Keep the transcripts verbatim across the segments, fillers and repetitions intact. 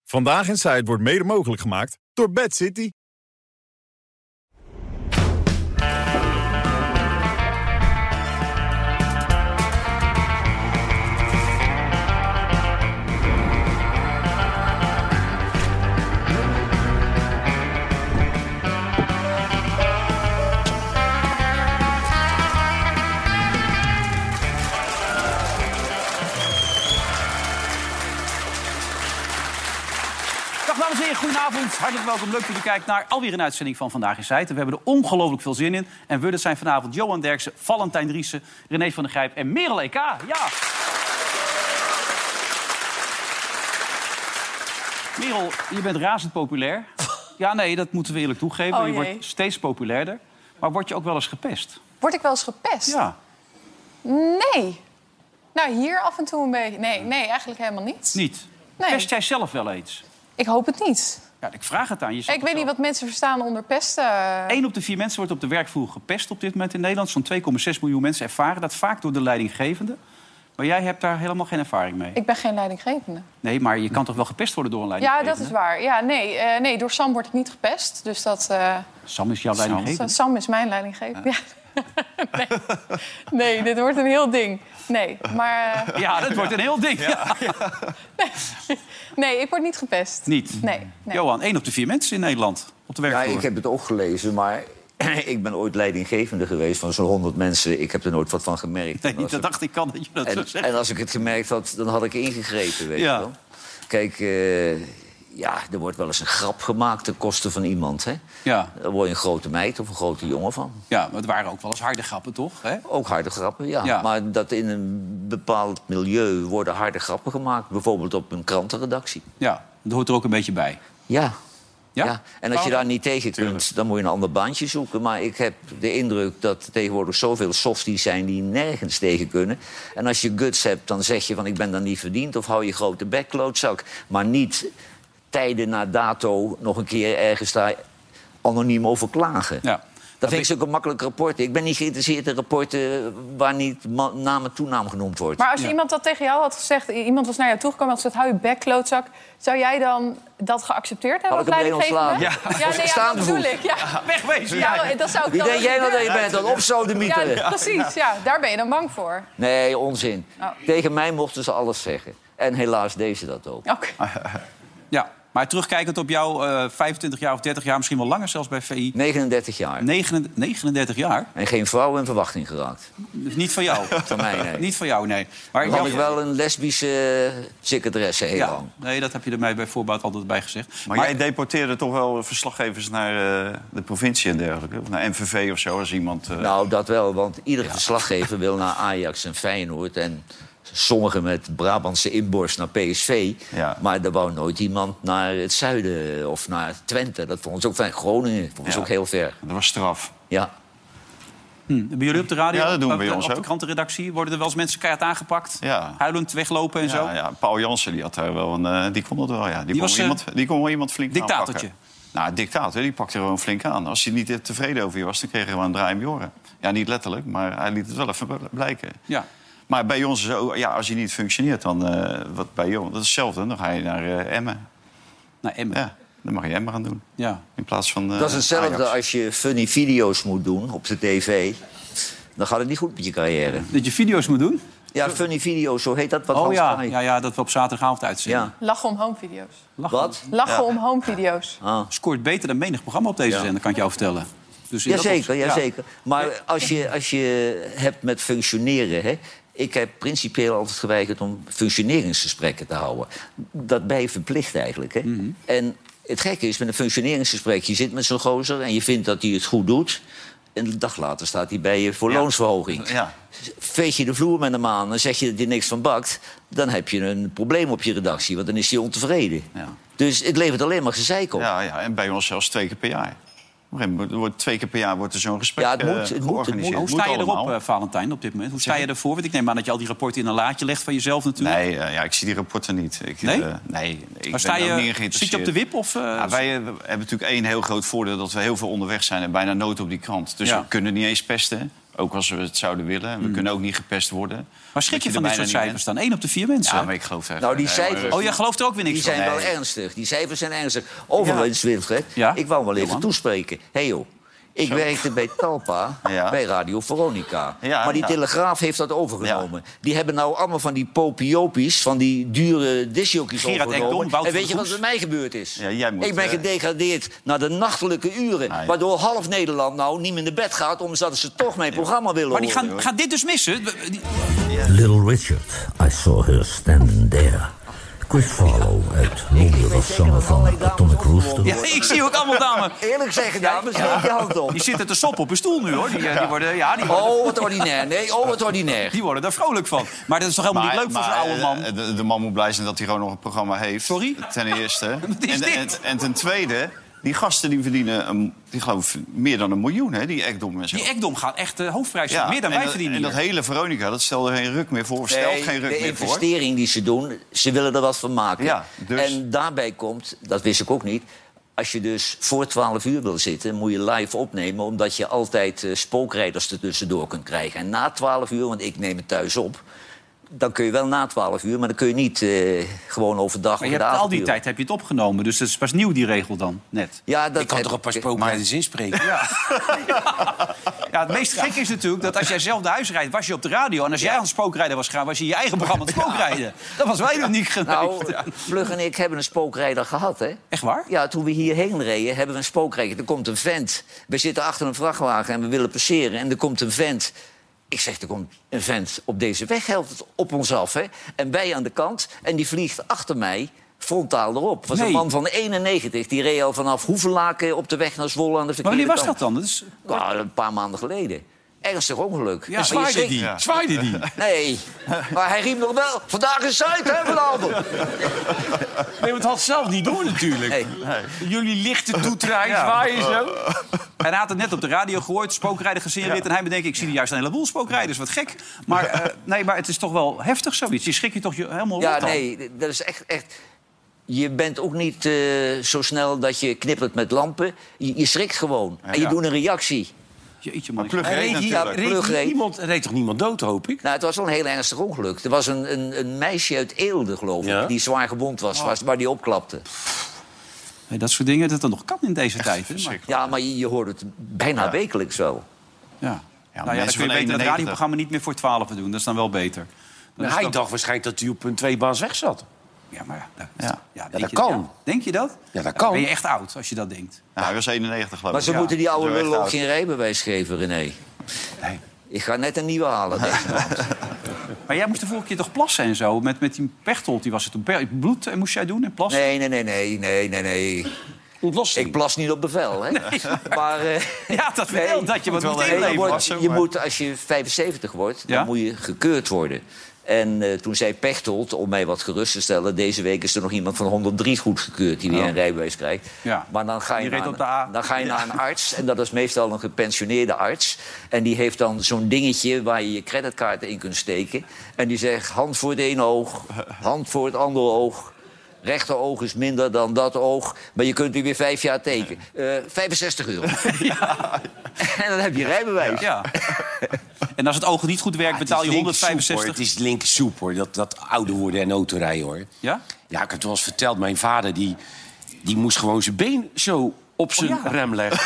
Vandaag in Zuid wordt mede mogelijk gemaakt door Bad City. Dames en heren, goedenavond. Hartelijk welkom. Leuk dat u kijkt naar alweer een uitzending van Vandaag in Zuid. We hebben er ongelooflijk veel zin in. En we, dat zijn vanavond Johan Derksen, Valentijn Driessen, René van der Grijp en Merel E K. Ja. Merel, je bent razend populair. Ja, nee, dat moeten we eerlijk toegeven. Oh, je wordt steeds populairder. Maar word je ook wel eens gepest? Word ik wel eens gepest? Ja. Nee. Nou, hier af en toe een beetje. Nee, nee, eigenlijk helemaal niet. Niet? Nee. Pest jij zelf wel eens? Ik hoop het niet. Ja, ik vraag het aan je. Ik weet niet wat mensen verstaan onder pesten. Eén op de vier mensen wordt op de werkvloer gepest op dit moment in Nederland. Zo'n twee komma zes miljoen mensen ervaren dat, vaak door de leidinggevende. Maar jij hebt daar helemaal geen ervaring mee. Ik ben geen leidinggevende. Nee, maar je kan toch wel gepest worden door een Ja, leidinggevende? dat is waar. Ja, nee, uh, nee, door Sam word ik niet gepest. Dus dat... Uh... Sam is jouw leidinggevende? Sam is mijn leidinggevende, ja. nee. nee, dit wordt een heel ding. Nee, maar... Uh... Ja, dat wordt een heel ding. Ja. Ja. Nee. nee, ik word niet gepest. Niet? Nee, nee. Johan, één op de vier mensen in Nederland op de werkvloer. Ja, ik heb het ook gelezen, maar ik ben ooit leidinggevende geweest van zo'n honderd mensen. Ik heb er nooit wat van gemerkt. Nee, dat ik... dacht ik kan dat je dat en, zo zegt. En als ik het gemerkt had, dan had ik ingegrepen, weet ja. je wel. Kijk, uh, ja, er wordt wel eens een grap gemaakt ten koste van iemand, hè. Ja. Daar word je een grote meid of een grote jongen van. Ja, maar het waren ook wel eens harde grappen, toch? Hè? Ook harde grappen, ja. ja. Maar dat in een bepaald milieu worden harde grappen gemaakt. Bijvoorbeeld op een krantenredactie. Ja, dat hoort er ook een beetje bij. Ja. Ja? Ja, en als je daar niet tegen kunt, Tuurlijk. dan moet je een ander baantje zoeken. Maar ik heb de indruk dat er tegenwoordig zoveel softies zijn die nergens tegen kunnen. En als je guts hebt, dan zeg je van ik ben dan niet verdiend. Of hou je grote bek, klootzak. Maar niet tijden na dato nog een keer ergens daar anoniem over klagen. Ja. Dat vind ik zo'n makkelijk rapport. Ik ben niet geïnteresseerd in rapporten waar niet naam en toenaam genoemd wordt. Maar als ja. iemand dat tegen jou had gezegd, iemand was naar jou toegekomen en had gezegd, hou je bek, klootzak, zou jij dan dat geaccepteerd hebben? Had ik hem meteen ontslaan? Ja, ja, nee, ja, dat bedoel ik. Ja. Ja, wegwezen. Ja, ja, dat zou ik Wie dan denk jij nou dat je bent? Dan opsodemieteren. Ja, precies. Ja, daar ben je dan bang voor. Nee, onzin. Oh. Tegen mij mochten ze alles zeggen. En helaas deed ze dat ook. Oké. Ja. Maar terugkijkend op jou, uh, vijfentwintig jaar of dertig jaar, misschien wel langer zelfs bij V I. negenendertig jaar. negenendertig jaar? En geen vrouw in verwachting geraakt. Dus niet van jou? Van mij, nee. Niet van jou, nee. Maar Dan jou... had ik wel een lesbische secretaresse heel ja. lang. Nee, dat heb je er mij bij voorbaat altijd bij gezegd. Maar, maar jij deporteerde toch wel verslaggevers naar uh, de provincie en dergelijke? Of naar M V V of zo, als iemand... Uh... Nou, dat wel, want iedere ja. verslaggever wil naar Ajax en Feyenoord... en sommigen met Brabantse inborst naar P S V. Ja. Maar er wou nooit iemand naar het zuiden of naar Twente. Dat vond ons ook fijn. Groningen vond ons ja. ook heel ver. Dat was straf. Ja. Hm. Hebben jullie op de radio, ja, dat doen we op, bij de, ons op de ook. krantenredactie... worden er wel eens mensen keihard aangepakt? Ja. Huilend weglopen en ja, zo? Ja, Paul Jansen die had daar wel een... Uh, die kon dat wel, ja. Die, die, kon, was, iemand, die kon wel iemand flink dictatortje. aanpakken. Nou, dictator, die pakte er gewoon flink aan. Als hij niet tevreden over je was, dan kreeg hij gewoon een draai om je oren. Ja, niet letterlijk, maar hij liet het wel even blijken. Ja. Maar bij ons is ook, ja, als je niet functioneert, dan uh, wat bij ons, dat is hetzelfde. Dan ga je naar uh, Emmen. Naar Emmen? Ja, dan mag je Emmen gaan doen. Ja. In plaats van uh, Dat is hetzelfde Ajax. Als je funny video's moet doen op de tv. Dan gaat het niet goed met je carrière. Dat je video's moet doen? Ja, funny video's, zo heet dat. Wat oh ja. ja, ja, dat we op zaterdagavond uitzenden. Ja. Lachen om homevideo's. Wat? Lachen ja. om homevideo's. Ah. Scoort beter dan menig programma op deze ja. zender, kan ik jou vertellen. Dus Jazeker, ja. jazeker. Maar ja. als je, als je hebt met functioneren... Hè, ik heb principieel altijd geweigerd om functioneringsgesprekken te houden. Dat ben je verplicht eigenlijk. Hè? Mm-hmm. En het gekke is, met een functioneringsgesprek... je zit met zo'n gozer en je vindt dat hij het goed doet... en een dag later staat hij bij je voor ja. loonsverhoging. Ja. Veeg je de vloer met hem aan en zeg je dat hij niks van bakt... dan heb je een probleem op je redactie, want dan is hij ontevreden. Ja. Dus het levert alleen maar gezeik op. Ja, ja, en bij ons zelfs twee keer per jaar. Er wordt twee keer per jaar wordt er zo'n gesprek ja, het moet, uh, het georganiseerd. Moet, Hoe moet sta je allemaal. erop, uh, Valentijn, op dit moment? Hoe sta je ervoor? Want ik neem aan dat je al die rapporten in een laadje legt van jezelf natuurlijk. Nee, uh, ja, ik zie die rapporten niet. Ik, nee? Uh, nee, ik maar sta ben je, er ook niet in geïnteresseerd. zit je op de wip? Of, uh, ja, wij uh, hebben natuurlijk één heel groot voordeel... dat we heel veel onderweg zijn en bijna nooit op die krant. Dus ja. we kunnen niet eens pesten. Ook als we het zouden willen. We mm. kunnen ook niet gepest worden. Maar schrik je van dit soort cijfers dan? één op de vier mensen? Ja, maar ik geloof het. Nou, die cijfers... Oh, jij gelooft er ook weer niks van? Die zijn nee. wel ernstig. Die cijfers zijn ernstig. Overigens, ja. Wilfred, ja? ik wou wel even ja, toespreken. Hé hey, joh. Ik Zo. werkte bij Talpa, ja. bij Radio Veronica. Ja, maar die ja. Telegraaf heeft dat overgenomen. Ja. Die hebben nou allemaal van die popiopies, van die dure discjockeys overgenomen. Ekdom, en weet je wat met mij gebeurd is? Ja, jij moet, ik ben uh... gedegradeerd naar de nachtelijke uren. Ah, ja. Waardoor half Nederland nou niet meer naar bed gaat, omdat ze toch mijn programma willen maar die gaan, gaan dit dus missen? Die... Little Richard, I saw her standing there. Chris Farlow uit Londen was zanger van Atomic Rooster. Ja, ik zie ook allemaal dames. Eerlijk zeggen, dames, steek je hand op. Die zitten te soppen op een stoel nu, hoor. Die, ja. die worden, ja, die worden... Oh, wat ordinair. Nee, oh, wat ordinair. Die worden daar vrolijk van. Maar dat is toch helemaal maar, niet leuk maar, voor zo'n oude man? De, de man moet blij zijn dat hij gewoon nog een programma heeft. Sorry? Ten eerste. Wat is en, dit? En, en ten tweede... Die gasten die verdienen, um, die geloof meer dan een miljoen, hè, die Ekdom en zo. Die Ekdom gaat echt uh, hoofdprijs, ja, meer dan wij dat, verdienen. En dat hele Veronica, dat stelde geen ruk meer voor, of stelt nee, geen ruk meer voor. De investering die ze doen, ze willen er wat van maken. Ja, dus... En daarbij komt, dat wist ik ook niet... Als je dus voor twaalf uur wil zitten, moet je live opnemen... omdat je altijd uh, spookrijders er tussendoor kunt krijgen. En na twaalf uur, want ik neem het thuis op... Dan kun je wel na twaalf uur, maar dan kun je niet uh, gewoon overdag... Maar je hebt al die tijd heb je het opgenomen, dus dat is pas nieuw, die regel dan, net. Ja, dat ik kan heb... toch een paar spookrijders inspreken? Ja. ja. ja, het meest gekke is natuurlijk dat als jij zelf naar huis rijdt... was je op de radio en als jij aan het spookrijden was gaan... was je je eigen programma aan het spookrijden. Ja. Dat was wij nog niet geweest. Nou, Vlug en ik hebben een spookrijder gehad, hè? Echt waar? Ja, toen we hierheen reden, hebben we een spookrijder. Er komt een vent. We zitten achter een vrachtwagen en we willen passeren. En er komt een vent... Ik zeg, er komt een vent op deze weg helpt op ons af. Hè? En wij aan de kant. En die vliegt achter mij frontaal erop. Het was nee. een man van eenennegentig. Die reed al vanaf Hoevelaken op de weg naar Zwolle aan de verkeerde Maar wanneer was kant. dat dan? Dat is... Nou, een paar maanden geleden. Ernstig ongeluk. Ja, zwaaide die? Ja. Zwaaide die? Nee, maar hij riep nog wel... Vandaag is Zuid, hè, vanavond? Nee, maar het had zelf niet door natuurlijk. Nee. Nee. Jullie lichten toetraaien, ja. zwaaien zo. Hij had het net op de radio gehoord, spookrijder gesignaleerd... Ja. En hij bedenkt, ik zie juist een heleboel spookrijders. Wat gek. Maar, uh, nee, maar het is toch wel heftig zoiets. Je schrik je toch je helemaal Ja, rot nee, dat is echt... echt... Je bent ook niet uh, zo snel dat je knippert met lampen. Je, je schrikt gewoon. Ja, en je ja. doet een reactie. Jeetje, man. Plug reed natuurlijk. Ja, reed iemand, reed toch niemand dood, hoop ik? Nou, het was wel een heel ernstig ongeluk. Er was een, een, een meisje uit Eelde, geloof ik, ja? die zwaar gewond was, oh. waar die opklapte. Hey, dat soort dingen dat dat nog kan in deze tijd. Hè? Maar... Ja, maar je, je hoort het bijna ja. wekelijks wel. Ja, ja, nou ja, dan kun je beter het radioprogramma niet meer voor twaalf doen. Dat is dan wel beter. Nou, hij toch... dacht waarschijnlijk dat hij op een tweebaans weg zat. Ja, maar ja, dat, ja. Ja, ja, dat kan. Ja. Denk je dat? Ja, dat kan. Ben je echt oud als je dat denkt? Nou, hij was eenennegentig, geloof ik. Maar ze ja. moeten die oude lul ook geen rijbewijs geven, René. Nee. Ik ga net een nieuwe halen deze maand. Maar jij moest de vorige keer toch plassen en zo? Met, met die Pechtold, die was het toen. Bloed moest jij doen en plassen? Nee, nee, nee, nee, nee, nee, nee. Ontlossing. Ik plas niet op bevel, hè? Nee, maar uh, ja, dat nee, wel dat je wat moet inleveren. Je, wordt, je moet, als je vijfenzeventig wordt, ja? dan moet je gekeurd worden. En uh, toen zei Pechtold, om mij wat gerust te stellen... deze week is er nog iemand van honderd drie goedgekeurd die weer oh. een rijbewijs krijgt. Ja. Maar dan ga je, naar een, dan ga je ja. naar een arts, en dat is meestal een gepensioneerde arts. En die heeft dan zo'n dingetje waar je je creditkaarten in kunt steken. En die zegt, hand voor het ene oog, hand voor het andere oog... rechteroog is minder dan dat oog, maar je kunt u weer vijf jaar tekenen. Uh, vijfenzestig euro. Ja. En dan heb je rijbewijs. Ja. En als het oog niet goed werkt, ja, betaal je honderdvijfenzestig. Het is linker soep, hoor. Dat, dat ouder worden en autorijden, hoor. Ja? Ja, ik heb het wel eens verteld. Mijn vader, die, die moest gewoon zijn been zo op zijn oh, ja. rem leggen.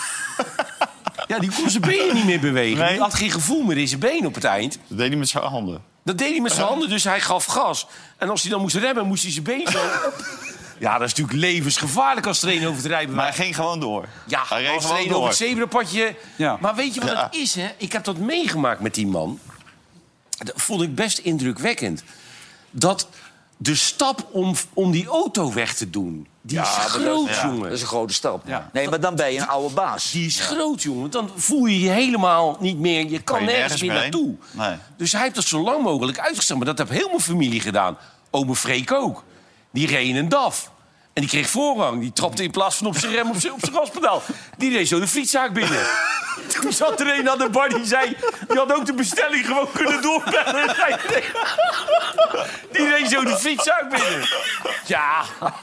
Ja, die kon zijn benen niet meer bewegen. Nee. Die had geen gevoel meer in zijn been op het eind. Dat deed hij met zijn handen. Dat deed hij met zijn handen, dus hij gaf gas. En als hij dan moest remmen, moest hij zijn been zo... Ja, dat is natuurlijk levensgevaarlijk als er een over het rijbewijs. Maar hij ging gewoon door. Ja, hij reed als er een over het zebrapadje... Ja. Maar weet je wat ja. het is, hè? Ik heb dat meegemaakt met die man. Dat vond ik best indrukwekkend. Dat de stap om, om die auto weg te doen... Die ja, is groot, dat, ja. jongen. Dat is een grote stap. Ja. Nee, maar dan ben je een oude baas. Die is ja. groot, jongen. Dan voel je je helemaal niet meer... Je kan, kan je nergens meer naartoe. Nee. Dus hij heeft dat zo lang mogelijk uitgesteld. Maar dat heeft heel mijn familie gedaan. Ome Freek ook. Die reed een D A F. En die kreeg voorrang. Die trapte in plaats van op zijn rem op zijn, op zijn gaspedaal. Die reed zo de frietzaak binnen. Toen zat er een aan de bar die zei... die had ook de bestelling gewoon kunnen doorbellen. Die reed zo de frietzaak binnen. Ja,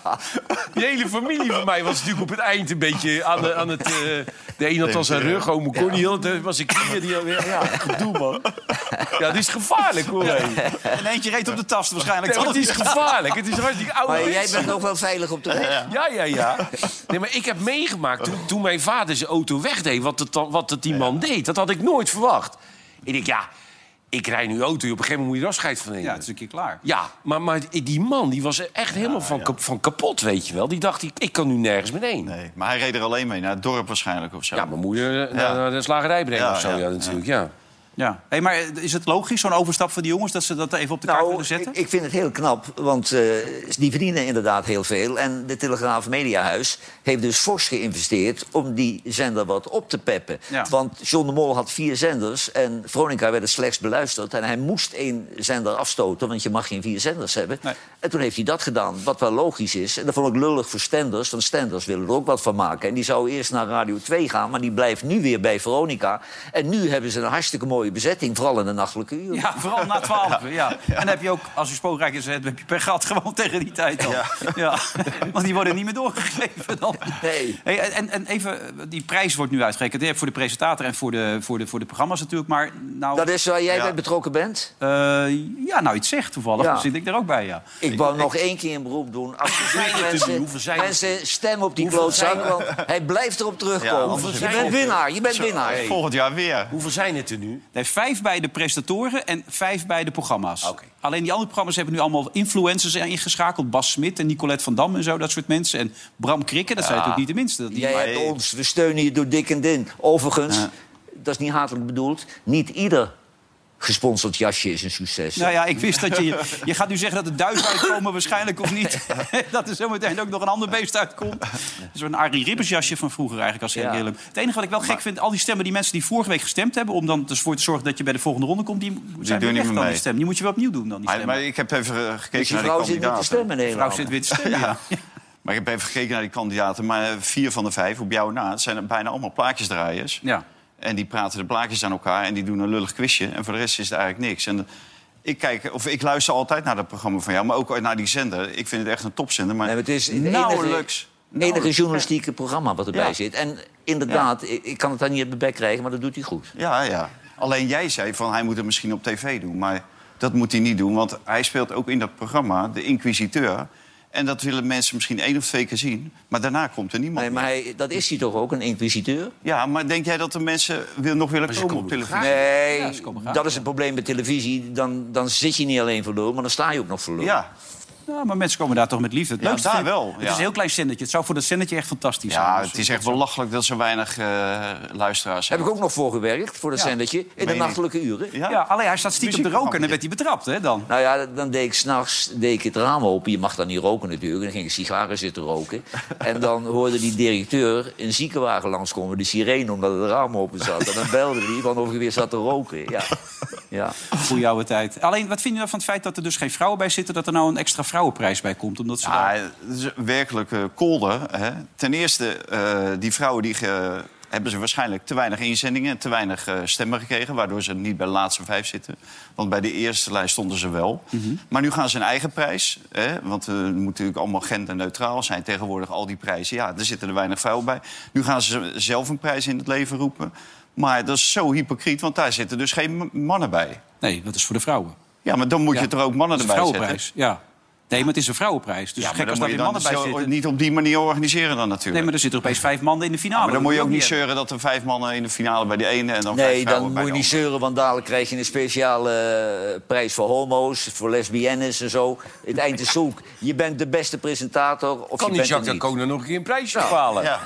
die hele familie van mij was natuurlijk op het eind een beetje aan, de, aan het... Uh, de een had al zijn rug, ome Connie, ja. Dat was een knieën. Die, ja, doe man. Ja, dit is gevaarlijk hoor. En eentje reed op de tast waarschijnlijk. Nee, het is gevaarlijk. Het is hartstikke oude Maar jij mensen. bent nog wel veilig op de weg. Ja, ja, ja. Nee, maar ik heb meegemaakt toen, toen mijn vader zijn auto wegdeed... wat het, dan- wat het die man deed. Dat had ik nooit verwacht. Ik denk, ja, ik rijd nu auto. Op een gegeven moment moet je er afscheid van nemen. Ja, het is een keer klaar. Ja, maar, maar die man die was echt helemaal van, kap- van kapot, weet je wel. Die dacht, ik, ik kan nu nergens meer heen. Nee, maar hij reed er alleen mee, naar het dorp waarschijnlijk of zo. Ja, mijn moeder naar, naar de slagerij brengen Ja, of zo, ja, ja, natuurlijk, ja. Ja. Hey, maar is het logisch, zo'n overstap voor die jongens... dat ze dat even op de kaart Nou, willen zetten? ik, ik vind het heel knap, want uh, die verdienen inderdaad heel veel. En de Telegraaf Mediahuis heeft dus fors geïnvesteerd... om die zender wat op te peppen. Ja. Want John de Mol had vier zenders en Veronica werd het slechts beluisterd. En hij moest één zender afstoten, want je mag geen vier zenders hebben. Nee. En toen heeft hij dat gedaan, wat wel logisch is. En dat vond ik lullig voor Stenders, want Stenders willen er ook wat van maken. En die zou eerst naar Radio twee gaan, maar die blijft nu weer bij Veronica. En nu hebben ze een hartstikke mooie bezetting, vooral in de nachtelijke uren. Ja, vooral na twaalf. Ja. Ja. En dan heb je ook, als je spookrijk is, heb je per gat gewoon tegen die tijd al. Ja. Ja. Want die worden niet meer doorgegeven dan. Nee. Hey, en, en even, die prijs wordt nu uitgerekend. Je hebt voor de presentator en voor de, voor de, voor de programma's natuurlijk. Maar nou, Dat is waar jij Ja. bij betrokken bent? uh, ja, nou, iets zegt toevallig. Ja. Dan zit ik er ook bij, ja. Ik wou nog één keer een beroep doen. Adviseer mensen, Hoeveel zijn het? mensen stem op die Hoeveel klootzak, zijn want hij blijft erop Ja, terugkomen. hoeveel je zijn bent het? winnaar, je bent winnaar. Volgend jaar weer. Hoeveel zijn het er nu? Nee, vijf bij de presentatoren en vijf bij de programma's. Oké. Alleen die andere programma's hebben nu allemaal influencers ingeschakeld. Bas Smit en Nicolette van Dam en zo, dat soort mensen. En Bram Krikke, dat zijn natuurlijk niet de minste. Die... Jij Maar- hebt ons, we steunen je door dik en din. Overigens, Ja. dat is niet hatelijk bedoeld, niet ieder gesponsord jasje is een succes. Nou ja, ik wist dat je... Je gaat nu zeggen dat er duiven uitkomen waarschijnlijk of niet. Dat er zometeen ook nog een ander beest uitkomt. Zo'n Arie Ribbers jasje van vroeger eigenlijk, als ik Ja. eerlijk ben. Het enige wat ik wel gek vind, al die stemmen, die mensen die vorige week gestemd hebben... om dan dus voor te zorgen dat je bij de volgende ronde komt... die zijn doen weer niet weg meer dan mee. die stem. Die moet je wel opnieuw doen dan, die Maar, stemmen. maar ik heb even eh, Dus gekeken je naar die vrouw zit niet te kandidaten. stemmen, nee. De vrouw zit weer te stemmen, ja. Maar ik heb even gekeken naar die kandidaten. Maar eh, vier van de vijf, op jou na, het zijn er bijna allemaal plaatjesdraaiers. Ja. En die praten de plaatjes aan elkaar en die doen een lullig quizje. En voor de rest is het eigenlijk niks. En ik, kijk, of ik luister altijd naar dat programma van jou, maar ook naar die zender. Ik vind het echt een topzender. Maar Nee, maar het is het enige, nauwelijks. enige journalistieke programma wat erbij Ja. zit. En inderdaad, ik, ik kan het daar niet op de bek krijgen, maar dat doet hij goed. Ja, ja. Alleen jij zei van hij moet het misschien op tv doen. Maar dat moet hij niet doen, want hij speelt ook in dat programma de inquisiteur. En dat willen mensen misschien één of twee keer zien. Maar daarna komt er niemand Nee, maar hij, dat is hij toch ook, een inquisiteur? Ja, maar denk jij dat de mensen wil, nog willen ze komen op komen televisie? Nee, Ja, ze komen graag, dat is het probleem met televisie. Dan, dan zit je niet alleen voor lul, maar dan sta je ook nog voor lul. Ja, Ja, maar mensen komen daar toch met liefde. Het Ja, leukste daar vind ik- wel, Het ja. is een heel klein zendertje. Het zou voor dat zendertje echt fantastisch zijn. ja Dus het is dat echt zou- belachelijk dat zo weinig uh, luisteraars Heb hebben. ik ook nog voor gewerkt, voor dat Ja. zendertje, in de Meen je? nachtelijke uren. Ja? Ja, alleen hij staat stiekem te roken en dan werd hij betrapt, hè, dan. Nou ja, dan deed ik s'nachts het raam open. Je mag dan niet roken natuurlijk. Dan ging ik sigaren zitten roken. En dan hoorde die directeur een ziekenwagen langskomen. De sirene, omdat het raam open zat. En dan belde hij van of je weer zat te roken. Ja. Ja. Goeie oude tijd. Alleen, wat vind je nou van het feit dat er dus geen vrouwen bij zitten... dat er nou een extra vrouwenprijs bij komt? Omdat ze daar... Ja, het is werkelijk uh, kolder. Hè. Ten eerste, uh, die vrouwen die ge, hebben ze waarschijnlijk te weinig inzendingen... te weinig uh, stemmen gekregen, waardoor ze niet bij de laatste vijf zitten. Want bij de eerste lijst stonden ze wel. Mm-hmm. Maar nu gaan ze een eigen prijs. Hè, want uh, het moet natuurlijk allemaal genderneutraal zijn. Tegenwoordig al die prijzen, ja, er zitten er weinig vrouwen bij. Nu gaan ze zelf een prijs in het leven roepen. Maar dat is zo hypocriet, want daar zitten dus geen mannen bij. Nee, dat is voor de vrouwen. Ja, maar dan moet Ja. je er ook mannen Dat is een erbij vrouwenprijs, zetten. ja. Nee, maar het is een vrouwenprijs. Dus Ja, gek maar als dan daar moet je weer dan mannen bij zo- zitten. niet op die manier organiseren dan natuurlijk. Nee, maar er zitten opeens vijf mannen in de finale. Maar dan moet je Dat ook wil niet hebben. zeuren dat er vijf mannen in de finale bij de ene en dan vijf Nee, vrouwen dan bij moet je de niet andere. zeuren, want dadelijk krijg je een speciale eh, prijs voor homo's, voor lesbiennes en zo. Het eind is zoek. Je bent de beste presentator of Kan je die bent Jacques het niet. D'Ancona nog een keer een prijsje bepalen? Ja.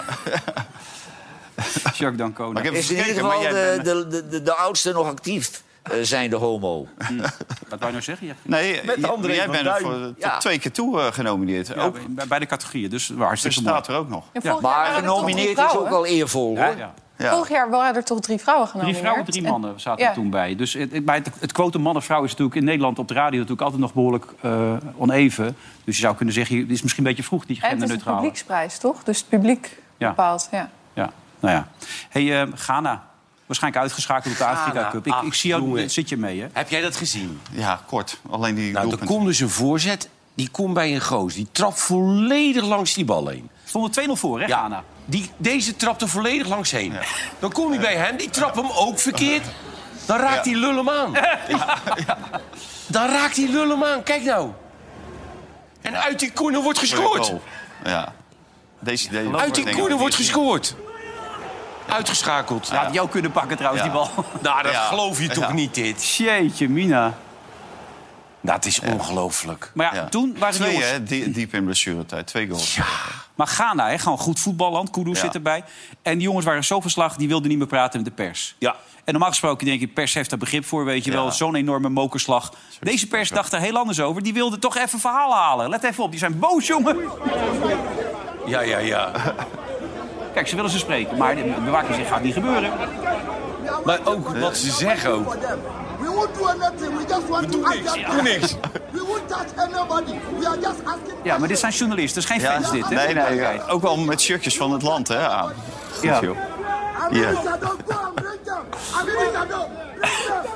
Jacques D'Ancona. Maar ik heb Is in ieder gekeken, geval maar jij de, bent- de, de, de, de oudste nog actief uh, zijn de homo. Wat wou je nou zeggen? Ja, Nee, Met j- André jij van bent er Duin. voor tot Ja. twee keer toe uh, genomineerd. ja, ook bij, bij de categorieën. Dus hartstikke mooi. presentator ook nog. En vorig jaar Maar waren er toch genomineerd drie is ook vrouwen? al eervol, hoor. Ja. Ja. Vorig jaar waren er toch drie vrouwen genomineerd? Drie vrouwen, drie mannen zaten Ja. er toen bij. Dus het, het, bij het, het quote mannen-vrouw is natuurlijk in Nederland op de radio natuurlijk altijd nog behoorlijk uh, oneven. Dus je zou kunnen zeggen, het is misschien een beetje vroeg, die En het is een genderneutrale. publieksprijs, toch? Dus het publiek Ja. bepaalt, ja. Ja, nou ja. Hey, uh, Ghana. Waarschijnlijk uitgeschakeld op de Afrika Cup. Ik, Ach, ik zie jou, jongen. zit je mee, hè? Heb jij dat gezien? Ja, kort. Alleen die Nou, er doelpunt. komt dus een voorzet. Die komt bij een goos. Die trapt volledig langs die bal heen. Stonden twee nul voor, hè, Ja, Ghana? die, deze trapt er volledig langs heen. Dan komt hij bij hem, die trapt hem ook verkeerd. Dan raakt hij lul hem aan. Dan raakt hij lul hem aan. Kijk nou. En uit die corner wordt gescoord. Goal. Ja. Deze, deze Uit die corner wordt gescoord. Uitgeschakeld. Ja, had jou kunnen pakken trouwens, Ja. die bal. Nou, dat Ja. geloof je toch Ja. niet, dit? Jeetje, Mina. Nou, het is ongelooflijk. Maar ja, Ja. toen waren die Twee, jongens... hè? Die- Diep in blessuretijd. Twee goals. Ja. Maar Ghana, hè, gewoon goed voetballand. Kudus Ja. zit erbij. En die jongens waren zo verslag, die wilden niet meer praten met de pers. Ja. En normaal gesproken denk ik, pers heeft daar begrip voor, weet je Ja. wel. Zo'n enorme mokerslag. Deze pers dacht er heel anders over. Die wilde toch even verhaal halen. Let even op, die zijn boos, jongen. Ja, ja, ja. Kijk, ze willen ze spreken, maar de bewaking zegt, gaat niet gebeuren. Maar ook wat ze zeggen ook. We won't do anything. We just want to ask them. Doe niks. We won't touch anybody. We are just asking. Ja, maar dit zijn journalisten, dat is geen Ja, fans dit, hè? nee, nee, ja. Ook wel met shirtjes van het land, hè? aan. Goed, Ja. joh. I mean, yeah. Don't go and bring them. I mean, don't bring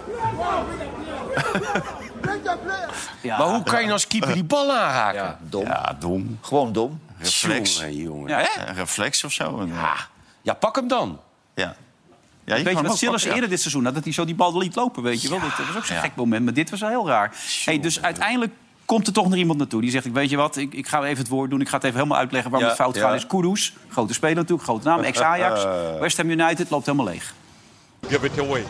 them. Bring the players. Ja. Maar hoe kan je nou als keeper die bal aanraken? Ja, dom. Ja, dom. Gewoon dom. Reflex. Jongen, jongen. Ja. Hè? Een reflex of zo. En, Ah, ja, pak hem dan. ja. Ja, Weet je kan wat ook Silas pakken, ja. eerder dit seizoen had, dat hij zo die bal liet lopen, weet je wel. Dat was ook zo'n Ja. gek moment, maar dit was wel heel raar. Hey, dus uiteindelijk komt er toch nog iemand naartoe die zegt, ik weet je wat, ik, ik ga even het woord doen. Ik ga het even helemaal uitleggen waarom Ja, het fout ja. gaat. Is Kudus, grote speler natuurlijk, grote naam, ex-Ajax. West Ham United loopt helemaal leeg. Give it away.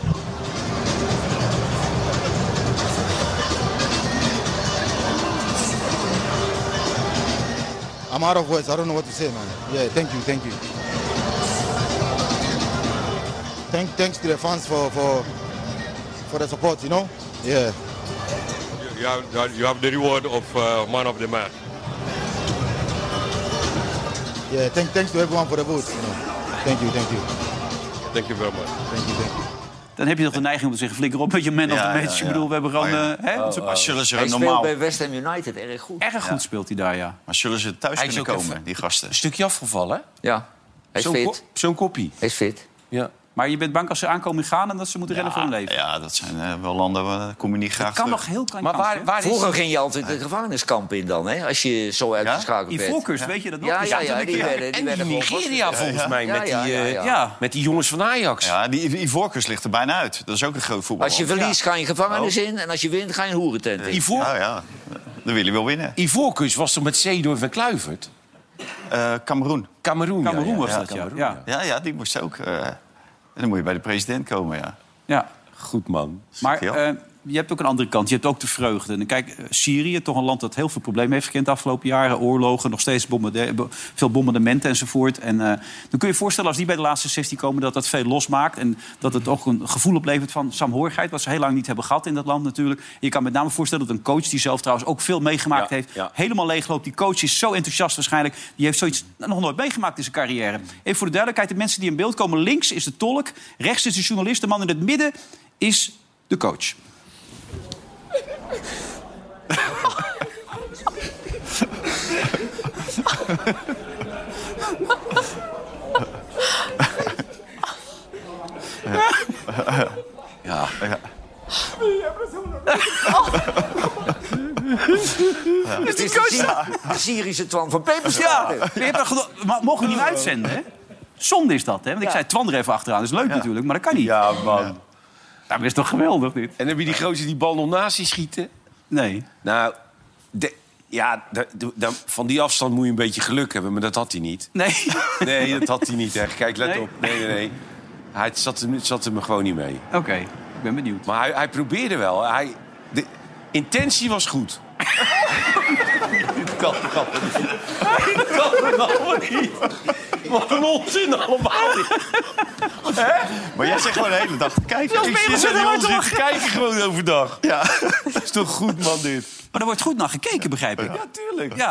I'm out of words. I don't know what to say, man. Yeah, thank you, thank you. Thank, thanks to the fans for for for the support. You know. Yeah. You have, you have the reward of uh, man of the match. Yeah. Thank, thanks to everyone for the votes. You know. Thank you, thank you, Thank you very much. thank you, thank you. Dan heb je toch de neiging om te zeggen, flikker op met je man of Ja, the ja, match. Ik ja. bedoel, we hebben gewoon... Oh, ja. eh, hè, onze- Maar zullen ze Hij er speelt normaal... bij West Ham United erg goed. Erg goed speelt hij daar, ja. Maar zullen ze thuis Hij is kunnen ook komen, even- die gasten? Een stukje afgevallen, hè? Ja, hij is Zo'n ko- fit. Zo'n koppie. Hij is fit. Ja. Maar je bent bang als ze aankomen in Ghana dat ze moeten rennen voor hun leven. Ja, dat zijn eh, wel landen waar kom je niet graag Het kan terug. nog heel klein Maar kansje, waar, hè? waar is... Vroeger ging je altijd de gevangeniskamp in dan, hè? Als je zo uitgeschakeld In werd. Voorkust, weet je dat nog? Ja, Die ja, zaten ja, een die keer- werden, die En die werden gewoon Nigeria vastgezet. volgens mij, Ja, met, ja, die, ja, eh, ja. Ja. met die jongens van Ajax. Ja, die Ivoorkust ligt er bijna uit. Dat is ook een groot voetbal. Als je verliest, ga je gevangenis in. En als je wint, ga je een hoerentent in. Ivoor... Ja, ja. Dan wil je wel winnen. Ivoorkust was toch met Seedorf en Kluivert? Eh Cameroen. Cameroen, ja, Cameroen ja, was ja, dat, ja. Cameroen, ja. Ja, ja, die moest ook. eh, en dan moet je bij de president komen, ja. ja. Goed, man. Maar Ja. eh, je hebt ook een andere kant. Je hebt ook de vreugde. En kijk, eh, Syrië, toch een land dat heel veel problemen heeft gekend de afgelopen jaren. Oorlogen, nog steeds bomberde- bo- veel bombardementen enzovoort. En eh, dan kun je je voorstellen als die bij de laatste zestien komen... dat dat veel losmaakt. En dat het ook een gevoel oplevert van saamhorigheid... wat ze heel lang niet hebben gehad in dat land natuurlijk. Je kan met name voorstellen dat een coach... die zelf trouwens ook veel meegemaakt Ja, heeft... ja. helemaal leegloopt. Die coach is zo enthousiast waarschijnlijk. Die heeft zoiets nog nooit meegemaakt in zijn carrière. Even voor de duidelijkheid, de mensen die in beeld komen... links is de tolk, rechts is de journalist... de man in het midden is de coach. Ja. Het is de, Syri- de Syrische Twan van Peperstraat. Ja, je hebt dat geno- maar mogen we niet uitzenden, hè? Zonde is dat, hè? Want ik zei Twan er even achteraan. Dat is leuk natuurlijk, maar dat kan niet. Ja, man. Nou, dat is toch geweldig, dit? En heb je die gozer die bal nog naast zich schieten? Nee. Nou, de, ja, de, de- de- van die afstand moet je een beetje geluk hebben, maar dat had hij niet. Nee. Nee, dat had hij niet, echt. Kijk, let Nee? op. Nee, nee, nee. Hij zat er, zat er me gewoon niet mee. Oké, ik ben benieuwd. Maar hij, hij probeerde wel. Hij, de intentie was goed. Kan, kan. Dat kan het allemaal niet. Wat een onzin allemaal. Maar jij zegt gewoon de hele dag, kijk, Ik ik zit zit er er niet onzin te kijken gewoon overdag. Ja. Dat is toch goed, man, dit? Maar er wordt goed naar gekeken, begrijp ik. Ja, tuurlijk. Ja.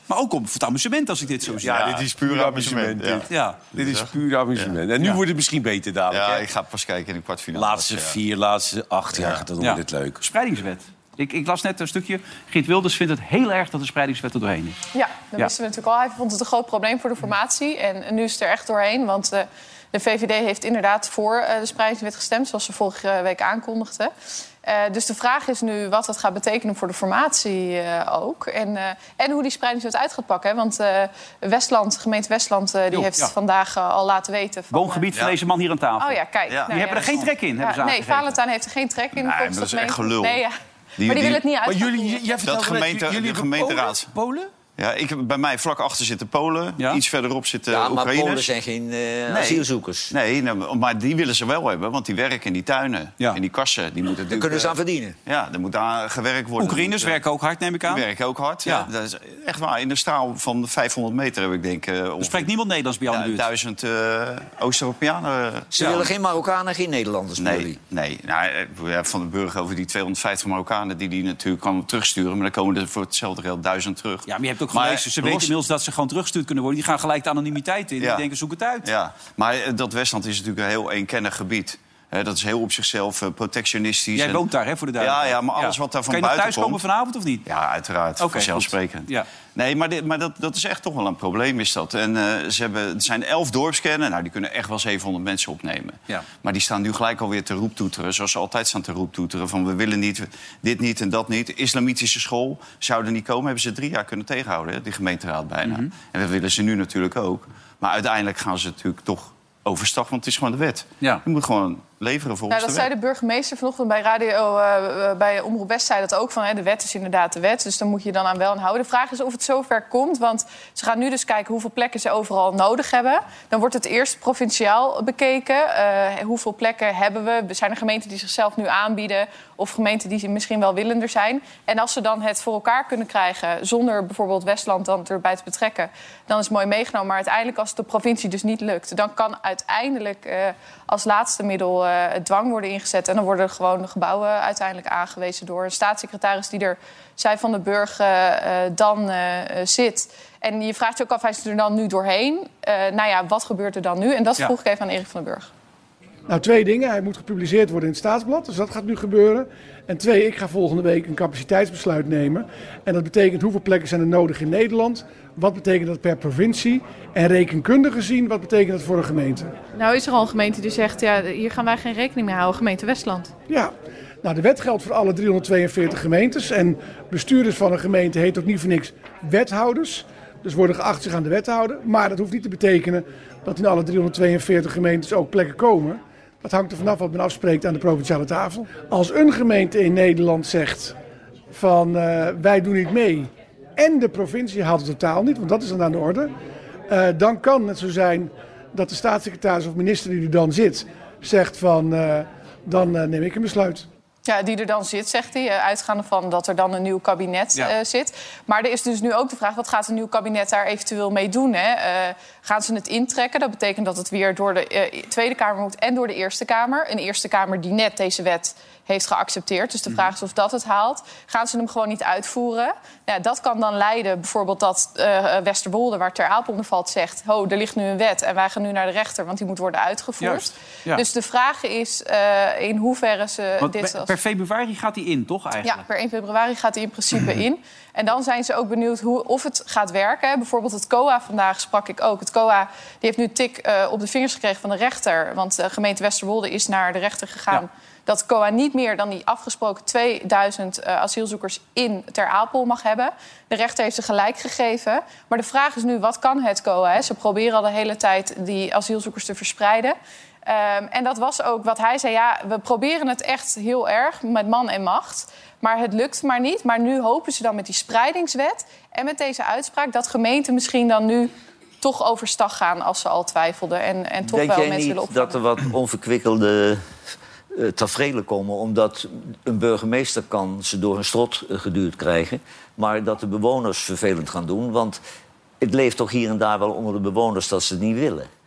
Maar ook om voor het amusement, als ik dit zo zie. Ja, dit is puur amusement. Ja. Ja. Dit is puur amusement. En nu Ja. wordt het misschien beter dadelijk. Ja, hè? ik ga pas kijken in de kwartfinale. Laatste Ja. vier, laatste acht jaar gaat het Ja. wordt het leuk. Spreidingswet. Ik, ik las net een stukje. Geert Wilders vindt het heel erg dat de spreidingswet er doorheen is. Ja, dat Ja. wisten we natuurlijk al. Hij vond het een groot probleem voor de formatie. En nu is het er echt doorheen, want uh, de V V D heeft inderdaad voor uh, de spreidingswet gestemd... zoals ze vorige week aankondigden. Uh, dus de vraag is nu wat dat gaat betekenen voor de formatie uh, ook. En, uh, en hoe die spreidingswet uit gaat pakken. Hè? Want uh, Westland, gemeente Westland uh, die Jo, heeft ja. vandaag uh, al laten weten... Van, Woongebied van Ja. deze man hier aan tafel. Oh ja, kijk. Ja. Nou, Die ja, hebben er geen trek in, hebben ze ja, Nee, aangegeven. Valentijn heeft er geen trek in. Nee, volgens maar dat de is echt gemeente. gelul. Nee, ja. Die- maar die, die- wil het niet Maar uit. jullie, jij vertelde net, gemeente- jullie de hebben gemeenteraad. Polen? Polen? Ja, ik, bij mij vlak achter zitten Polen. Ja? Iets verderop zitten Ja, maar Oekraïners. Polen zijn geen uh, asielzoekers. Nee, nou, maar die willen ze wel hebben, want die werken in die tuinen. Ja. In die kassen. Die moeten Daar kunnen ze aan verdienen. Ja, er moet aan gewerkt worden. Oekraïners Dat moet, werken ook hard, neem ik eh, aan. Die werken ook hard. Ja. Ja. Dat is echt waar. In de straal van vijfhonderd meter heb ik denk ik... Er spreekt niemand Nederlands bij jou in de buurt. duizend uh, Oost-Europeanen. Ze Ja. willen geen Marokkanen, geen Nederlanders, Nee, jullie. nee. Nou, we hebben Van den Burg over die tweehonderdvijftig Marokkanen... die die natuurlijk kan terugsturen. Maar dan komen er voor hetzelfde geld duizend terug. Ja, maar je hebt ook Maar gelezen. Ze los- weten inmiddels dat ze gewoon teruggestuurd kunnen worden. Die gaan gelijk de anonimiteit in. Ja. Die denken, zoek het uit. Ja, maar eh, dat Westland is natuurlijk een heel eenkennig gebied. Hè, dat is heel op zichzelf eh, protectionistisch. Jij en- woont daar, hè, voor de Ja, duidelijkheid. ja, maar alles wat daar van Kan je nog buiten thuiskomen komt... vanavond of niet? Ja, uiteraard. Oké, Vanzelfsprekend. goed. Ja. Nee, maar, dit, maar dat, dat is echt toch wel een probleem, is dat. En uh, ze hebben, er zijn elf dorpskernen. Nou, die kunnen echt wel zevenhonderd mensen opnemen. Ja. Maar die staan nu gelijk alweer te roeptoeteren. Zoals ze altijd staan te roeptoeteren. Van we willen niet, dit niet en dat niet. De islamitische school zou er niet komen. Hebben ze drie jaar kunnen tegenhouden, hè, die gemeenteraad bijna. Mhm. En dat willen ze nu natuurlijk ook. Maar uiteindelijk gaan ze natuurlijk toch overstag. Want het is gewoon de wet. Ja. Je moet gewoon leveren volgens Nou, dat de zei wet. de burgemeester vanochtend bij radio, uh, bij Omroep West, zei dat ook van, hè, de wet is inderdaad de wet, dus dan moet je dan aan wel aan houden. De vraag is of het zover komt, want ze gaan nu dus kijken hoeveel plekken ze overal nodig hebben. Dan wordt het eerst provinciaal bekeken. Uh, hoeveel plekken hebben we? Zijn er gemeenten die zichzelf nu aanbieden of gemeenten die misschien wel willender zijn? En als ze dan het voor elkaar kunnen krijgen zonder bijvoorbeeld Westland dan erbij te betrekken, dan is het mooi meegenomen. Maar uiteindelijk, als het de provincie dus niet lukt, dan kan uiteindelijk uh, als laatste middel uh, het dwang worden ingezet. En dan worden gewoon de gebouwen uiteindelijk aangewezen door een staatssecretaris die er, zij Van den Burg, uh, uh, dan uh, zit. En je vraagt je ook af, hij is er dan nu doorheen? Uh, nou ja, wat gebeurt er dan nu? En dat Ja. vroeg ik even aan Erik van den Burg. Nou, twee dingen. Hij moet gepubliceerd worden in het Staatsblad, dus dat gaat nu gebeuren. En twee, ik ga volgende week een capaciteitsbesluit nemen. En dat betekent hoeveel plekken zijn er nodig in Nederland? Wat betekent dat per provincie? En rekenkundig gezien, wat betekent dat voor een gemeente? Nou is er al een gemeente die zegt, ja, hier gaan wij geen rekening mee houden, gemeente Westland. Ja, nou de wet geldt voor alle driehonderdtweeënveertig gemeentes. En bestuurders van een gemeente heet ook niet voor niks wethouders. Dus worden geacht zich aan de wet te houden. Maar dat hoeft niet te betekenen dat in alle driehonderdtweeënveertig gemeentes ook plekken komen. Dat hangt er vanaf wat men afspreekt aan de provinciale tafel. Als een gemeente in Nederland zegt van uh, wij doen niet mee en de provincie haalt het totaal niet, want dat is dan aan de orde. Uh, dan kan het zo zijn dat de staatssecretaris of minister die er dan zit zegt van uh, dan uh, neem ik een besluit. Ja, die er dan zit, zegt hij, uh, uitgaande van dat er dan een nieuw kabinet Ja. uh, zit. Maar er is dus nu ook de vraag, wat gaat een nieuw kabinet daar eventueel mee doen? Hè? Uh, gaan ze het intrekken? Dat betekent dat het weer door de uh, Tweede Kamer moet en door de Eerste Kamer. Een Eerste Kamer die net deze wet heeft geaccepteerd. Dus de vraag is of dat het haalt. Gaan ze hem gewoon niet uitvoeren? Ja, dat kan dan leiden, bijvoorbeeld dat uh, Westerwolde, waar Ter Apel onder valt, zegt, ho, er ligt nu een wet en wij gaan nu naar de rechter, want die moet worden uitgevoerd. Juist, ja. Dus de vraag is uh, in hoeverre ze Want dit... per, als... per februari gaat hij in, toch eigenlijk? Ja, per één februari gaat hij in principe in. En dan zijn ze ook benieuwd hoe, of het gaat werken. Bijvoorbeeld het C O A, vandaag sprak ik ook. Het C O A die heeft nu tik uh, op de vingers gekregen van de rechter. Want de gemeente Westerwolde is naar de rechter gegaan. Ja. Dat C O A niet meer dan die afgesproken tweeduizend uh, asielzoekers in Ter Apel mag hebben. De rechter heeft ze gelijk gegeven. Maar de vraag is nu, wat kan het C O A? Hè? Ze proberen al de hele tijd die asielzoekers te verspreiden. Um, en dat was ook wat hij zei. Ja, we proberen het echt heel erg met man en macht. Maar het lukt maar niet. Maar nu hopen ze dan met die spreidingswet en met deze uitspraak dat gemeenten misschien dan nu toch overstag gaan als ze al twijfelden. En, en toch Denk wel jij mensen willen niet opvangen. dat er wat onverkwikkelde uh, taferelen komen, omdat een burgemeester kan ze door hun strot uh, geduwd krijgen, maar dat de bewoners vervelend gaan doen? Want het leeft toch hier en daar wel onder de bewoners dat ze het niet willen.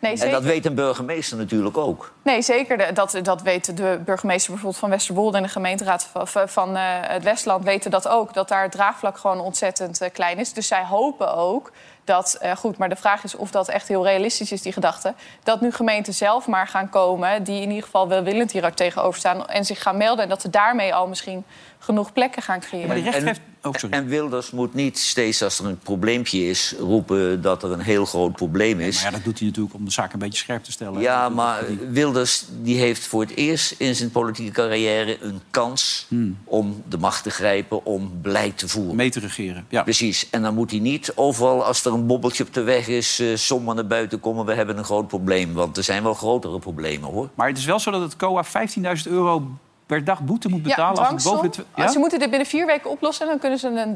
Nee, en dat weet een burgemeester natuurlijk ook. Nee, zeker. Dat, dat weet de burgemeester bijvoorbeeld van Westerwolde... en de gemeenteraad van, van uh, het Westland weten dat ook. Dat daar het draagvlak gewoon ontzettend uh, klein is. Dus zij hopen ook dat... Uh, goed, maar de vraag is of dat echt heel realistisch is, die gedachte... dat nu gemeenten zelf maar gaan komen... die in ieder geval welwillend hier ook tegenover staan... en zich gaan melden en dat ze daarmee al misschien... genoeg plekken gaan creëren. Maar die recht heeft... Oh, sorry. En Wilders moet niet steeds als er een probleempje is... roepen dat er een heel groot probleem is. Maar ja, dat doet hij natuurlijk om de zaak een beetje scherp te stellen. Ja, maar Wilders die heeft voor het eerst in zijn politieke carrière... een kans hmm. om de macht te grijpen, om beleid te voeren. Mee te regeren, ja. Precies. En dan moet hij niet overal, als er een bobbeltje op de weg is... Uh, zomaar naar buiten komen, we hebben een groot probleem. Want er zijn wel grotere problemen, hoor. Maar het is wel zo dat het C O A vijftienduizend euro... per dag boete moet betalen. Ja, als het boven de ja? Ze moeten dit binnen vier weken oplossen. Dan kunnen ze een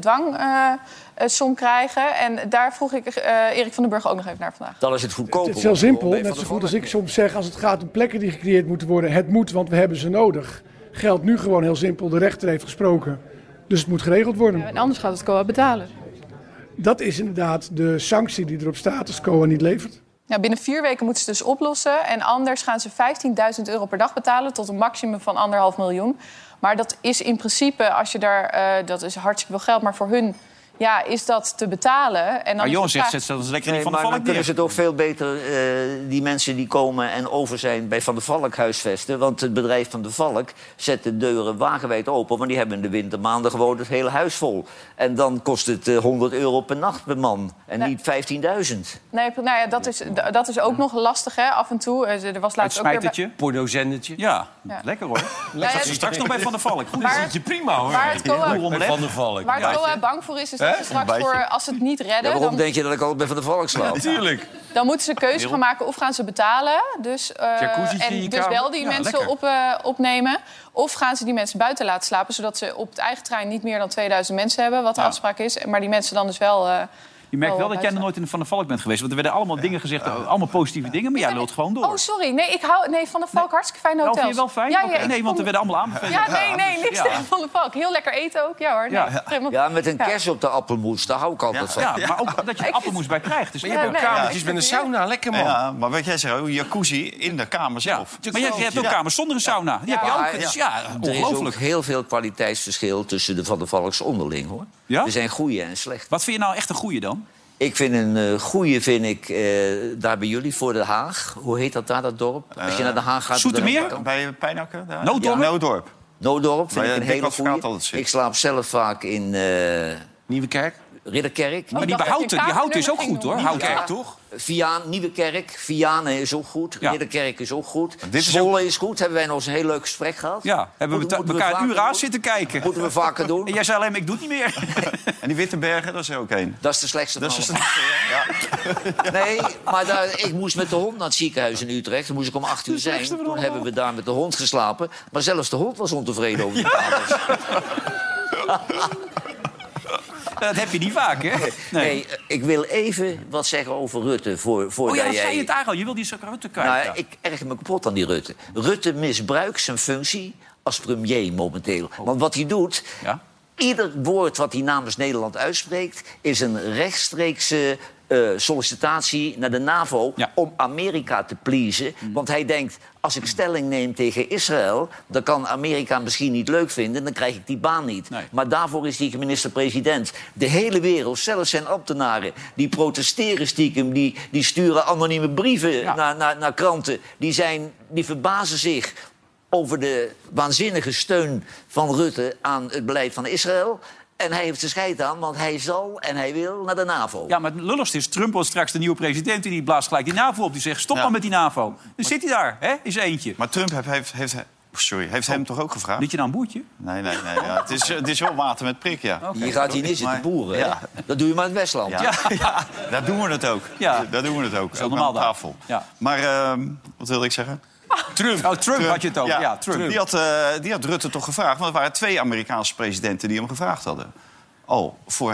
dwangsom uh, krijgen. En daar vroeg ik uh, Erik van den Burg ook nog even naar vandaag. Dan is het goedkoper. Het is heel simpel. Net zo goed als ik soms zeg... als het gaat om plekken die gecreëerd moeten worden... het moet, want we hebben ze nodig. Geldt nu gewoon heel simpel. De rechter heeft gesproken. Dus het moet geregeld worden. Ja, en anders gaat het C O A betalen. Dat is inderdaad de sanctie die erop staat als C O A niet levert. Ja, binnen vier weken moeten ze dus oplossen. En anders gaan ze vijftienduizend euro per dag betalen... tot een maximum van anderhalf miljoen. Maar dat is in principe, als je daar... Uh, dat is hartstikke veel geld, maar voor hun... ja, is dat te betalen. En dan maar Johan vraag... zegt, zet dat lekker nee, niet Van der Valk Valk dan kunnen ze toch veel beter uh, die mensen die komen en over zijn... bij Van der Valk huisvesten. Want het bedrijf Van der Valk zet de deuren wagenwijd open... want die hebben in de wintermaanden gewoon het hele huis vol. En dan kost het uh, honderd euro per nacht per man. En nee. niet vijftienduizend. Nee, nou ja, dat is, dat is ook nog lastig, hè, af en toe. Er was laatst ook weer bij... pornozendertje. Ja, ja, lekker hoor. Lekker. Ja, ja, straks nog bij Van der Valk. Goed, dat zit je prima hoor. Waar het C O A, bij Van der Valk. Waar het C O A bang voor is, is dat ze straks voor... als ze het niet redden... Ja, waarom dan... denk je dat ik altijd bij Van der Valk slaap? Natuurlijk. Dan moeten ze keuze gaan maken of gaan ze betalen. Dus, uh, en dus wel die ja, mensen op, uh, opnemen. Of gaan ze die mensen buiten laten slapen... zodat ze op het eigen trein niet meer dan tweeduizend mensen hebben... wat de ja. afspraak is. Maar die mensen dan dus wel... Uh, Je merkt wel dat jij nog nooit in de Van der Valk bent geweest. Want er werden allemaal ja. dingen gezegd, allemaal positieve dingen. Maar jij lult gewoon door. Oh, sorry. Nee, ik hou nee, Van der Valk, nee. hartstikke fijne hotels. Vind je wel fijn? Ja, ja, okay. Nee, want er werden allemaal aanbevelingen. Ja, nee, nee, niks ja. tegen Van der Valk. Heel lekker eten ook. Ja hoor. Nee, ja. ja, met een kers op de appelmoes, daar hou ik altijd ja. van. Ja, maar ook dat je er appelmoes bij krijgt. Dus maar je hebt ook kamertjes met een sauna. Lekker man. Ja, maar wat jij zegt, jacuzzi in de kamer zelf. Maar je hebt ook kamers zonder een sauna. Die heb je ook. Dus ja, ongelooflijk. Er is ook heel veel kwaliteitsverschil tussen de Van der Valks onderling, hoor. Er zijn goede en slechte. Wat vind je nou echt een goede dan? Ik vind een uh, goeie, vind ik, uh, daar bij jullie voor de Haag. Hoe heet dat daar, dat dorp? Als je naar de Haag gaat... Zoetermeer? Bij Pijnakker? Noodorp? Ja, Noodorp. Noodorp vind ik een hele goeie. Ik slaap zelf vaak in... Uh, Nieuwekerk? Ridderkerk. Maar die Houten, die Houten is ook goed, hoor. Houten, toch? Viaan, Nieuwekerk, Vianen is ook goed. Ja. Ridderkerk is ook goed. Zwolle is, is goed. Hebben wij nog eens een heel leuk gesprek gehad. Ja, hebben we moeten, elkaar een uur aan zitten kijken. Moeten we vaker doen. En jij zei alleen, ik doe het niet meer. En die Wittenbergen, dat is er ook één. Dat is de slechtste van allemaal. Ja. Nee, maar daar, ik moest met de hond naar het ziekenhuis in Utrecht. Dan moest ik om acht uur zijn. Toen hebben we daar met de hond geslapen. Maar zelfs de hond was ontevreden over de kamers. Dat heb je niet vaak, hè? Nee. nee, ik wil even wat zeggen over Rutte. Voor, voor oh ja, dat zei jij... je het eigenlijk al. Je wil die Rutte kwijt. Nou, ja. ik erger me kapot aan die Rutte. Rutte misbruikt zijn functie als premier momenteel. Oh. Want wat hij doet... Ja? Ieder woord wat hij namens Nederland uitspreekt... is een rechtstreekse uh, sollicitatie naar de NAVO... Ja. om Amerika te pleasen. Mm. Want hij denkt, als ik stelling neem tegen Israël... dan kan Amerika misschien niet leuk vinden... dan krijg ik die baan niet. Nee. Maar daarvoor is hij minister-president. De hele wereld, zelfs zijn ambtenaren... die protesteren stiekem, die, die sturen anonieme brieven ja. naar, naar, naar kranten... Die, zijn, die verbazen zich... over de waanzinnige steun van Rutte aan het beleid van Israël. En hij heeft er scheid aan, want hij zal en hij wil naar de NAVO. Ja, maar het lulligste is, Trump wordt straks de nieuwe president... en die blaast gelijk die NAVO op. Die zegt, stop ja. maar met die NAVO. Dan maar, zit hij daar, hè? Is eentje. Maar Trump heeft, heeft, heeft, sorry, heeft oh. hem toch ook gevraagd? Liet je nou een boertje? Nee, nee, nee. Ja. het, is, het is wel water met prik, ja. Okay. Je gaat hier niet zitten boeren, ja. Dat doe je maar in het Westland. Ja, ja. ja. daar doen we het ook. Ja. Daar doen we het ook. Ook aan tafel. Ja. Maar, uh, wat wilde ik zeggen? Trump. Oh, Trump, Trump had je het over. Ja, ja, Trump. Die, had, uh, die had Rutte toch gevraagd. Want er waren twee Amerikaanse presidenten die hem gevraagd hadden. Al, voorheen.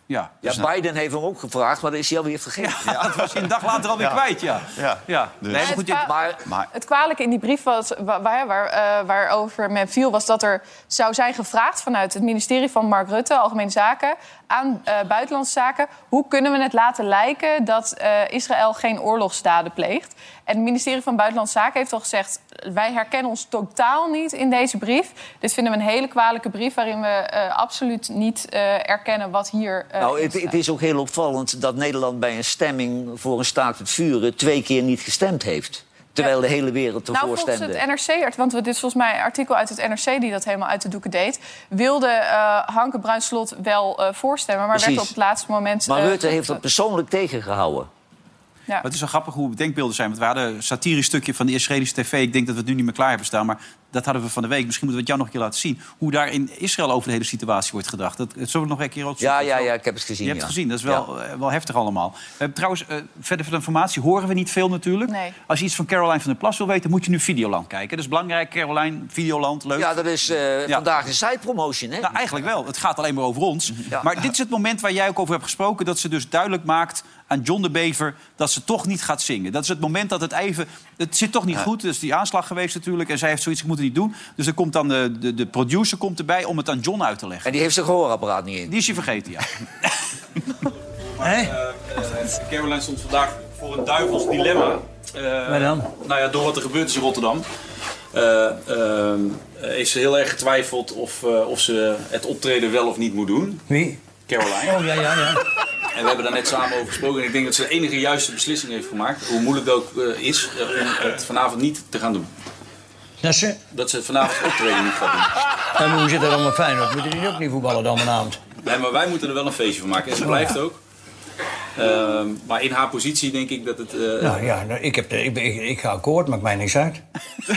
Ja, ja, dus Biden nou... heeft hem ook gevraagd, maar dat is hij alweer vergeten. Ja, ja. Dat was hij een dag later alweer ja. kwijt, ja. ja. ja. Dus. Nee, maar goed, het, kwa- maar... het kwalijke in die brief was, waar, waar, waar, uh, waarover men viel... was dat er zou zijn gevraagd vanuit het ministerie van Mark Rutte... Algemene Zaken, aan uh, Buitenlandse Zaken... hoe kunnen we het laten lijken dat uh, Israël geen oorlogsdaden pleegt? En het ministerie van Buitenlandse Zaken heeft al gezegd... wij herkennen ons totaal niet in deze brief. Dit vinden we een hele kwalijke brief... waarin we uh, absoluut niet uh, erkennen wat hier uh, nou, is. Het, het is ook heel opvallend dat Nederland bij een stemming... voor een staakt het vuren twee keer niet gestemd heeft. Terwijl ja. de hele wereld ervoor nou, stemde. Nou, volgens het N R C, want dit is volgens mij een artikel uit het N R C... die dat helemaal uit de doeken deed... wilde uh, Hanke Bruinslot wel uh, voorstemmen... maar Precies. werd op het laatste moment... Maar uh, Rutte heeft dat persoonlijk tegengehouden. Ja. Maar het is wel grappig hoe denkbeelden zijn. Want we hadden een satirisch stukje van de Israëlische tv. Ik denk dat we het nu niet meer klaar hebben staan. Maar dat hadden we van de week. Misschien moeten we het jou nog een keer laten zien. Hoe daar in Israël over de hele situatie wordt gedacht. Dat zullen we nog een keer opzoeken. Ja, ja, ja, ik heb het gezien. Je hebt ja. het gezien. Dat is wel, ja. uh, wel heftig allemaal. Uh, trouwens, uh, verder van de informatie horen we niet veel natuurlijk. Nee. Als je iets van Caroline van der Plas wil weten... moet je nu Videoland kijken. Dat is belangrijk. Caroline, Videoland, leuk. Ja, dat is uh, ja. vandaag een site-promotion, hè? Nou, eigenlijk wel. Het gaat alleen maar over ons. Ja. Maar dit is het moment waar jij ook over hebt gesproken... dat ze dus duidelijk maakt aan John de Bever... dat ze toch niet gaat zingen. Dat is het moment dat het even... Het zit toch niet ja. goed. Er is die aanslag geweest natuurlijk. En zij heeft zoiets, ik moet het niet doen. Dus er komt dan de, de, de producer komt erbij om het aan John uit te leggen. En die heeft zijn gehoorapparaat niet in. Die is je vergeten, ja. Hé? Uh, uh, Caroline stond vandaag voor een duivels dilemma. Uh, Waar dan? Nou ja, door wat er gebeurd is in Rotterdam. Uh, uh, heeft ze heel erg getwijfeld of, uh, of ze het optreden wel of niet moet doen. Wie? Caroline. Oh, ja, ja, ja. En we hebben daar net samen over gesproken. En ik denk dat ze de enige juiste beslissing heeft gemaakt. Hoe moeilijk het ook uh, is uh, om het vanavond niet te gaan doen. Dat ze? Dat ze het vanavond het optreden niet gaat doen. En hoe zit dat dan met Feyenoord? Moeten die ook niet voetballen dan vanavond? Nee, maar wij moeten er wel een feestje van maken. En ze blijft ook. Uh, maar in haar positie denk ik dat het... Uh... Nou ja, ik, heb de, ik, ik, ik ga akkoord, maakt mij niks uit.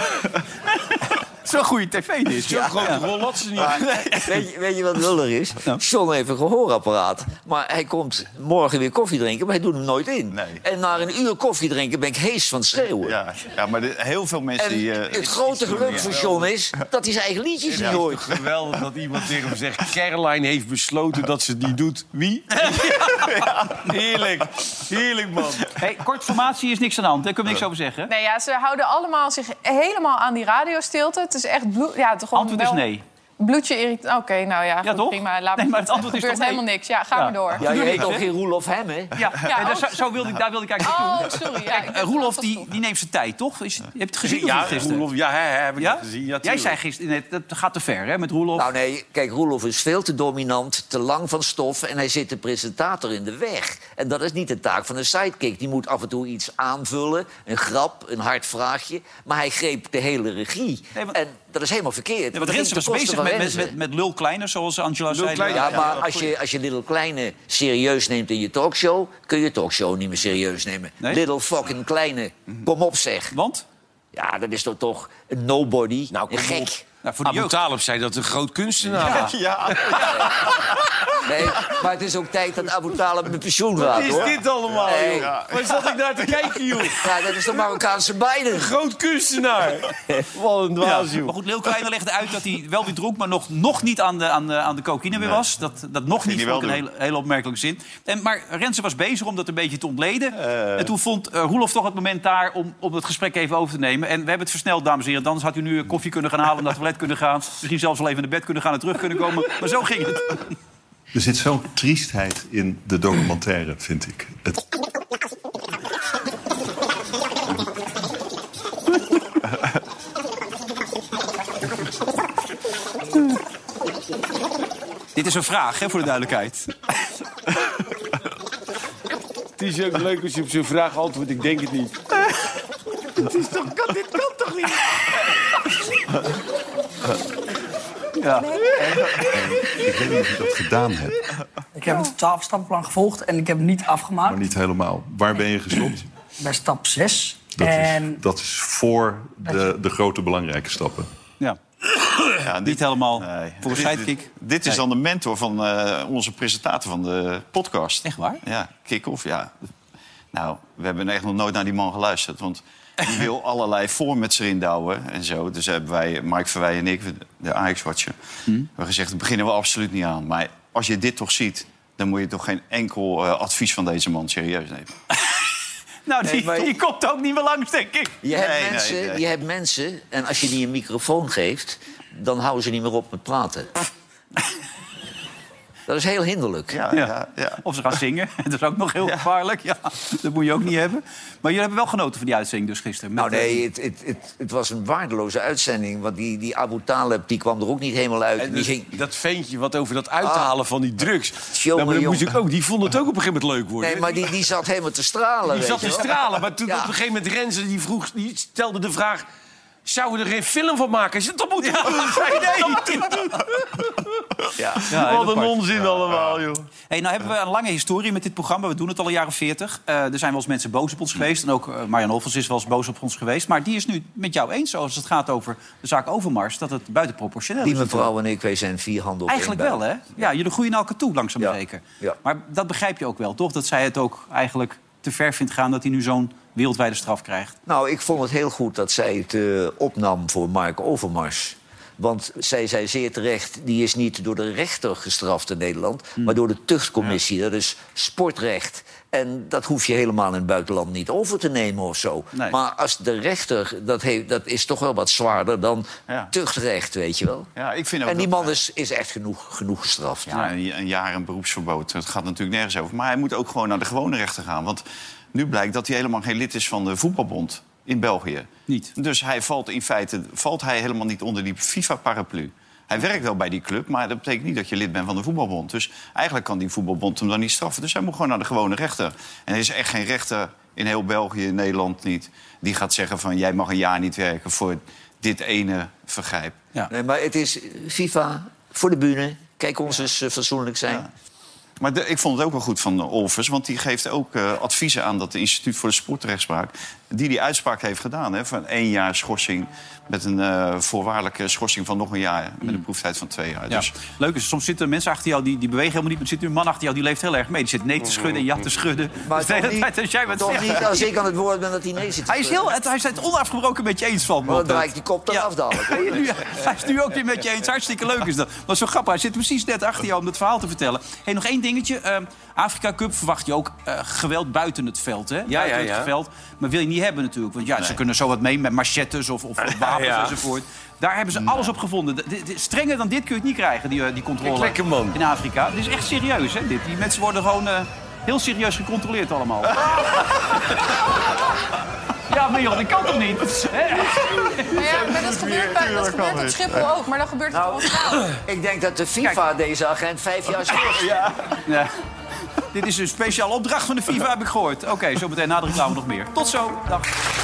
Zo'n goede tv dit. Zo'n ja, grote rol had ze niet. Maar, weet, je, weet je wat lullig is? Ja. John heeft een gehoorapparaat. Maar hij komt morgen weer koffie drinken, maar hij doet hem nooit in. Nee. En na een uur koffie drinken ben ik hees van het schreeuwen. Ja, ja maar de, heel veel mensen... En die, uh, het grote geluk voor John is dat hij zijn eigen liedjes ja, niet hoort. Het is geweldig dat iemand tegen hem zegt... Caroline heeft besloten dat ze het niet doet. Wie? Ja, heerlijk. Heerlijk, man. Hey, kort formatie is niks aan de hand. Daar kunnen we niks over zeggen. Nee, ja, ze houden allemaal zich helemaal aan die radiostilte. Het is echt bloed... Ja, het gewoon antwoord wel... is nee. Bloedje irritant. Oké, okay, nou ja, ja goed, prima. Laat nee, maar het antwoord er is gebeurt toch helemaal nee. niks. Ja, ga ja. maar door. Ja, je heet toch geen Roelof Hem, hè? Ja, ja, ja daar, zo, zo wilde ik, daar wilde ik eigenlijk oh, naartoe. sorry. Ja, Kijk, uh, Roelof die, die neemt zijn tijd, toch? Is, je hebt het gezien ja, of niet gisteren? Roelof, ja, hè, heb ik ja? gezien. Ja, jij zei gisteren, nee, dat gaat te ver, hè, met Roelof. Nou nee, kijk, Roelof is veel te dominant, te lang van stof... en hij zit de presentator in de weg. En dat is niet de taak van een sidekick. Die moet af en toe iets aanvullen, een grap, een hard vraagje. Maar hij greep de hele regie. Nee, maar... En dat is helemaal verkeerd. Nee, want Renze was bezig met, met, met, met Lul Kleine, zoals Angela zei. Ja, ja, maar als je, als je Little Kleine serieus neemt in je talkshow... kun je talkshow niet meer serieus nemen. Nee? Little fucking Kleine, kom op zeg. Want? Ja, dat is toch toch een nobody, nou, een gek. Nou, voor de Abu Talib zei dat een groot kunstenaar was. Ja. ja. Nee, maar het is ook tijd dat Abu Talib met pensioen gaat, hoor. Wat is dit allemaal, nee. joh? Ja. Waar zat ik naar te kijken, joh? Ja, dat is de Marokkaanse Biden. Een groot kunstenaar. Wat een dwaas, joh. Maar goed, Lil Kleine legde uit dat hij wel weer dronk... maar nog, nog niet aan de, aan de, aan de cocaïne weer was. Dat, dat nog niet, vond ik een hele, hele opmerkelijke zin. En, maar Renze was bezig om dat een beetje te ontleden. Uh. En toen vond uh, Roelof toch het moment daar om, om het gesprek even over te nemen. En we hebben het versneld, dames en heren. Anders had u nu koffie kunnen gaan halen, naar het toilet kunnen gaan. Misschien zelfs wel even naar bed kunnen gaan en terug kunnen komen. Maar zo ging het. Er zit zo'n triestheid in de documentaire, vind ik. Het... Dit is een vraag, hè, voor de duidelijkheid. Het is ook leuk als je op zo'n vraag antwoordt. Ik denk het niet. Het is toch, kan, dit kan toch niet? Ja. En, en, ik weet niet of je dat gedaan hebt. Ik heb het twaalf-stappenplan gevolgd en ik heb het niet afgemaakt. Maar niet helemaal. Waar ben je gestopt? Bij stap zes. Dat, en... is, dat is voor de, de grote belangrijke stappen. Ja. Ja, niet helemaal nee. voor een sidekick. Dit, dit is nee. dan de mentor van uh, onze presentator van de podcast. Echt waar? Ja, Kick-Off, ja. Nou, we hebben echt nog nooit naar die man geluisterd. Want die wil allerlei formats erin douwen en zo. Dus hebben wij, Mike Verwij en ik, de Ajax-watcher... Hmm. we gezegd, daar beginnen we absoluut niet aan. Maar als je dit toch ziet, dan moet je toch geen enkel uh, advies van deze man serieus nemen. Nou, die, nee, maar... die komt ook niet meer langs, denk ik. Je hebt, nee, mensen, nee, nee. je hebt mensen, en als je die een microfoon geeft... dan houden ze niet meer op met praten. Dat is heel hinderlijk. Ja, ja, ja. Of ze gaan zingen. Dat is ook nog heel gevaarlijk. Ja, dat moet je ook niet hebben. Maar jullie hebben wel genoten van die uitzending dus gisteren. Met nou nee, het, het, het, het was een waardeloze uitzending. Want die, die Abu Talib die kwam er ook niet helemaal uit. En die dus, ging... Dat ventje wat over dat uithalen ah, van die drugs... Jongen, nou, jongen. moest ik ook, die vond het ook op een gegeven moment leuk worden. Nee, maar die, die zat helemaal te stralen. Die weet zat je te wel. stralen. Maar toen Ja. op een gegeven moment Renze die vroeg, die stelde de vraag... Zouden we er geen film van maken? Is het toch moeten doen? Nee. Ja. Ja, Wat een onzin allemaal, joh. Hey, nou hebben we een lange historie met dit programma. We doen het al een jaar of veertig. Uh, er zijn wel eens mensen boos op ons geweest. En ook uh, Marianne Hoffels is wel eens boos op ons geweest. Maar die is nu met jou eens, zoals het gaat over de zaak Overmars... dat het buitenproportioneel is. Die mevrouw en ik, wij zijn vier handen op Eigenlijk één wel, buik. hè? Ja, jullie groeien naar elkaar toe, langzaam Ja. zeker. Ja. Maar dat begrijp je ook wel, toch? Dat zij het ook eigenlijk te ver vindt gaan... dat hij nu zo'n wereldwijde straf krijgt. Nou, ik vond het heel goed dat zij het uh, opnam voor Mark Overmars. Want zij zei zeer terecht, die is niet door de rechter gestraft in Nederland... Hmm. maar door de tuchtcommissie, ja. Dat is sportrecht. En dat hoef je helemaal in het buitenland niet over te nemen of zo. Nee. Maar als de rechter, dat, heeft, dat is toch wel wat zwaarder dan Ja. tuchtrecht, weet je wel. Ja, ik vind ook En die dat- man is, is echt genoeg, genoeg gestraft. Ja, een, een jaar een beroepsverbod, dat gaat natuurlijk nergens over. Maar hij moet ook gewoon naar de gewone rechter gaan. Want nu blijkt dat hij helemaal geen lid is van de voetbalbond in België. Niet. Dus hij valt in feite valt hij helemaal niet onder die FIFA-paraplu. Hij werkt wel bij die club, maar dat betekent niet dat je lid bent van de voetbalbond. Dus eigenlijk kan die voetbalbond hem dan niet straffen. Dus hij moet gewoon naar de gewone rechter. En er is echt geen rechter in heel België, in Nederland niet... die gaat zeggen van jij mag een jaar niet werken voor dit ene vergrijp. Ja. Nee, maar het is FIFA voor de bühne. Kijk ons eens uh, fatsoenlijk zijn. Ja. Maar de, ik vond het ook wel goed van Olvers, want die geeft ook uh, adviezen aan dat Instituut voor de Sportrechtspraak... die die uitspraak heeft gedaan, hè, van één jaar schorsing... met een uh, voorwaardelijke schorsing van nog een jaar... met een proeftijd van twee jaar. Ja. Dus, Leuk is, soms zitten mensen achter jou, die, die bewegen helemaal niet... maar er zit nu een man achter jou, die leeft heel erg mee. Die zit nee te schudden en ja te schudden. Maar Dus de toch hele niet, tijd als jij wat toch zegt. niet als ik aan het woord ben dat hij nee zit te Hij is, heel, hij is het onafgebroken met je eens van. Maar dan draai ik die kop eraf dadelijk. Ja, nu, hij is nu ook weer met je eens. Hartstikke leuk is dat. Maar zo grappig, hij zit precies net achter jou om dat verhaal te vertellen. Hey, nog één dingetje. Uh, Afrika Cup verwacht je ook uh, geweld buiten het veld. Hè? Ja, buiten ja, ja. het veld. Maar wil je niet hebben natuurlijk. Want ja, Nee. ze kunnen zo wat mee met machettes of, of wapens Ja. enzovoort. Daar hebben ze alles op gevonden. De, de, de, strenger dan dit kun je het niet krijgen, die, die controle. Kijk, lekker, man. In Afrika. Dit is echt serieus, hè, dit. Die mensen worden gewoon uh, heel serieus gecontroleerd allemaal. Ja, maar joh, dat kan toch niet? Hè? Maar ja, maar dat gebeurt, bij, dat gebeurt op Schiphol ook, maar dan gebeurt het Nou, overal. ik denk dat de FIFA deze agent vijf jaar schorst. Ja. Ja. Dit is een speciale opdracht van de FIFA, heb ik gehoord. Oké, okay, zo meteen na de reclame nog meer. Tot zo. Dag.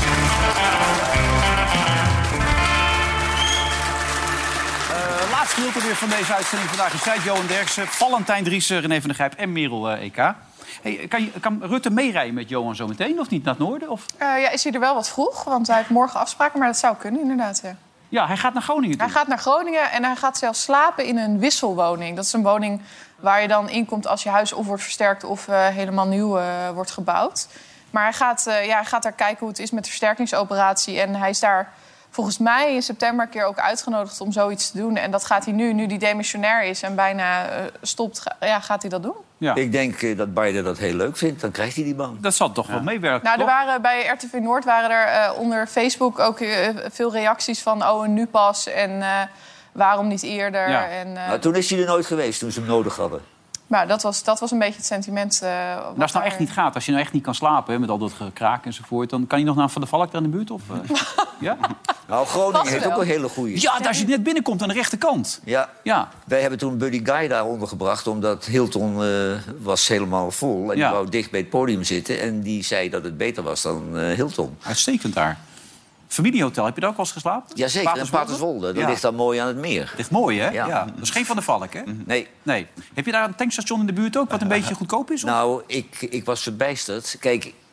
Uh, laatste gedeelte weer van deze uitzending. Vandaag in Zuid, Johan Derksen, Valentijn Driessen, René van der Grijp en Merel uh, E K. Hey, kan, je, kan Rutte meerijden met Johan zo meteen? Of niet naar het noorden? Of? Uh, ja, is hij er wel wat vroeg? Want hij heeft morgen afspraken, maar dat zou kunnen inderdaad. Ja. Ja, hij gaat naar Groningen toe. Hij gaat naar Groningen en hij gaat zelfs slapen in een wisselwoning. Dat is een woning waar je dan inkomt als je huis of wordt versterkt of uh, helemaal nieuw uh, wordt gebouwd. Maar hij gaat, uh, ja, hij gaat daar kijken hoe het is met de versterkingsoperatie. En hij is daar volgens mij in september een keer ook uitgenodigd om zoiets te doen. En dat gaat hij nu, nu hij demissionair is en bijna uh, stopt, ga, ja, gaat hij dat doen. Ja. Ik denk uh, dat Biden dat heel leuk vindt. Dan krijgt hij die baan. Dat zal toch ja. wel meewerken, Nou, er toch? waren, bij R T V Noord waren er uh, onder Facebook ook uh, veel reacties van... oh, en nu pas en uh, waarom niet eerder. Ja. En, uh, Maar toen is hij er nooit geweest, toen ze hem nodig hadden. Maar dat was, dat was een beetje het sentiment. Uh, Nou, als het nou echt niet gaat, als je nou echt niet kan slapen... Hè, met al dat gekraak enzovoort... dan kan je nog naar Van der Valk daar in de buurt? Of, uh... ja? Nou, Groningen Vast heeft wel. ook een hele goeie. Ja, als je net binnenkomt aan de rechterkant. Ja. Ja. Wij hebben toen Buddy Guy daar ondergebracht... omdat Hilton uh, was helemaal vol. En Ja. die wou dicht bij het podium zitten. En die zei dat het beter was dan uh, Hilton. Uitstekend daar. Familiehotel, heb je daar ook wel eens geslapen? Jazeker, in Paterswolde. Dat Ja. ligt daar mooi aan het meer. Ligt mooi, hè? Ja. Ja. Dat is geen Van der Valk, hè? Nee. Nee. Heb je daar een tankstation in de buurt ook, wat een beetje goedkoop is? Of? Nou, ik, ik was verbijsterd. Kijk,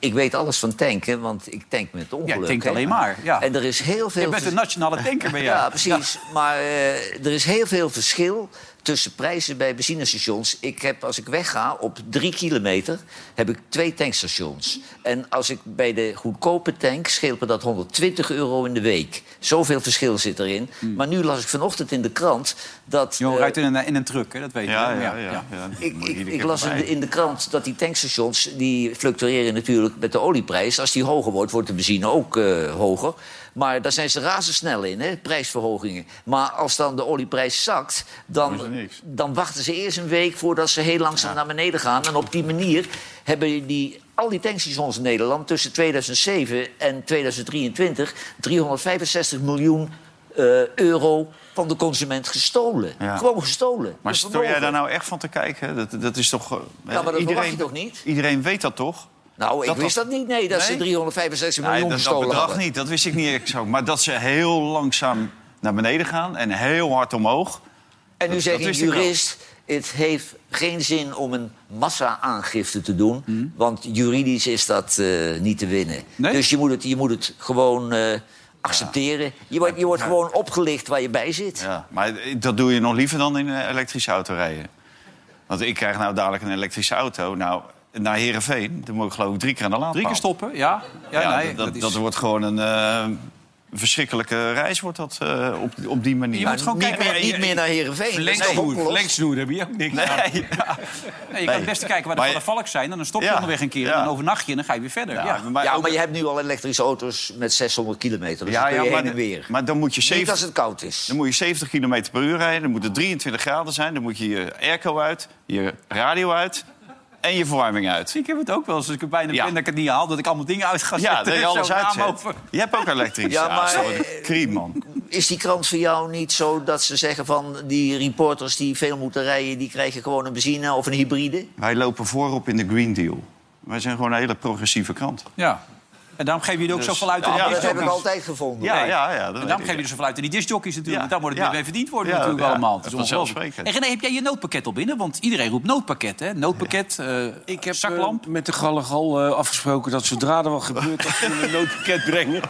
Ik weet alles van tanken, want ik tank met ongeluk. Ja, tankt hè. alleen maar. Ja. En er is heel veel... Je bent een nationale tanker, ben jij. Ja, precies. Ja. Maar uh, er is heel veel verschil tussen prijzen bij benzinestations. Ik heb, als ik wegga, op drie kilometer heb ik twee tankstations. En als ik bij de goedkope tank, scheelt me dat honderdtwintig euro in de week. Zoveel verschil zit erin. Hmm. Maar nu las ik vanochtend in de krant dat... Je uh, rijdt in een, in een truck, hè? Dat weet je. Ja, ja, ja, ja, ja. ja. Ik, ik, ik las in de, in de krant dat die tankstations... die fluctueren natuurlijk met de olieprijs. Als die hoger wordt, wordt de benzine ook uh, hoger. Maar daar zijn ze razendsnel in, hè, prijsverhogingen. Maar als dan de olieprijs zakt, dan, dan wachten ze eerst een week... voordat ze heel langzaam ja. naar beneden gaan. En op die manier hebben die, al die tankstations in Nederland... tussen tweeduizend zeven en tweeduizend drieëntwintig... driehonderdvijfenzestig miljoen uh, euro van de consument gestolen. Ja. Gewoon gestolen. Maar stoor jij daar nou echt van te kijken? Dat, dat is toch... Uh, ja, maar dat iedereen, verwacht je toch niet? Iedereen weet dat toch? Nou, ik dat wist dat niet, nee, dat nee? ze driehonderdvijfenzestig miljoen nee, gestolen dat bedrag hadden. niet, dat wist ik niet zo. Maar dat ze heel langzaam naar beneden gaan en heel hard omhoog. En nu zegt een jurist, het heeft geen zin om een massa-aangifte te doen... Hmm. want juridisch is dat uh, niet te winnen. Nee? Dus je moet het, je moet het gewoon uh, accepteren. Ja. Je wordt, je wordt ja. gewoon opgelicht waar je bij zit. Ja, maar dat doe je nog liever dan in een elektrische auto rijden. Want ik krijg nou dadelijk een elektrische auto... Nou, naar Heerenveen, dan moet ik geloof ik drie keer aan de laadpaal. Drie keer stoppen, ja. Ja, ja nee, dat, dat, is... dat wordt gewoon een uh, verschrikkelijke reis wordt dat, uh, op, op die manier. Je moet gewoon niet, kijken, meer, niet meer naar Heerenveen. Verlengsnoer heb je ook niks nee, aan. Ja. Nee, je nee. kan het beste kijken waar de, maar, de valk zijn. En dan stop je ja, onderweg een keer ja. en dan overnacht je en dan ga je weer verder. Ja, ja. Maar, ja, maar je hebt nu al elektrische auto's met zeshonderd kilometer. Dus ja, dan kun je ja, heen en weer. Maar dan moet je zeventig, niet als het koud is. Dan moet je zeventig kilometer per uur rijden. Dan moet het drieëntwintig graden zijn. Dan moet je je airco uit, je radio uit... en je verwarming uit. Ik heb het ook wel eens. Als ik er bijna ja. ben dat ik het niet haal... dat ik allemaal dingen uit ga zetten. Ja, dat je alles uitzet. Je hebt ook elektrisch. Ja, maar ah, kriem, man. Is die krant voor jou niet zo dat ze zeggen van... die reporters die veel moeten rijden... die krijgen gewoon een benzine of een hybride? Wij lopen voorop in de Green Deal. Wij zijn gewoon een hele progressieve krant. Ja. En daarom geven jullie ook dus, zoveel uit aan ja, die discjockeys. Dat heb ik altijd gevonden. Ja, ja, ja, en daarom geven jullie zoveel uit aan die discjockeys natuurlijk. Ja, daar moet het ja. mee verdiend worden ja, natuurlijk ja, allemaal. Dat is vanzelfsprekend. En René, heb jij je noodpakket al binnen? Want iedereen roept noodpakket, hè? Noodpakket, uh, ik heb zaklamp. Uh, met de Gallegal uh, afgesproken dat zodra er wat gebeurt... dat we een noodpakket brengen.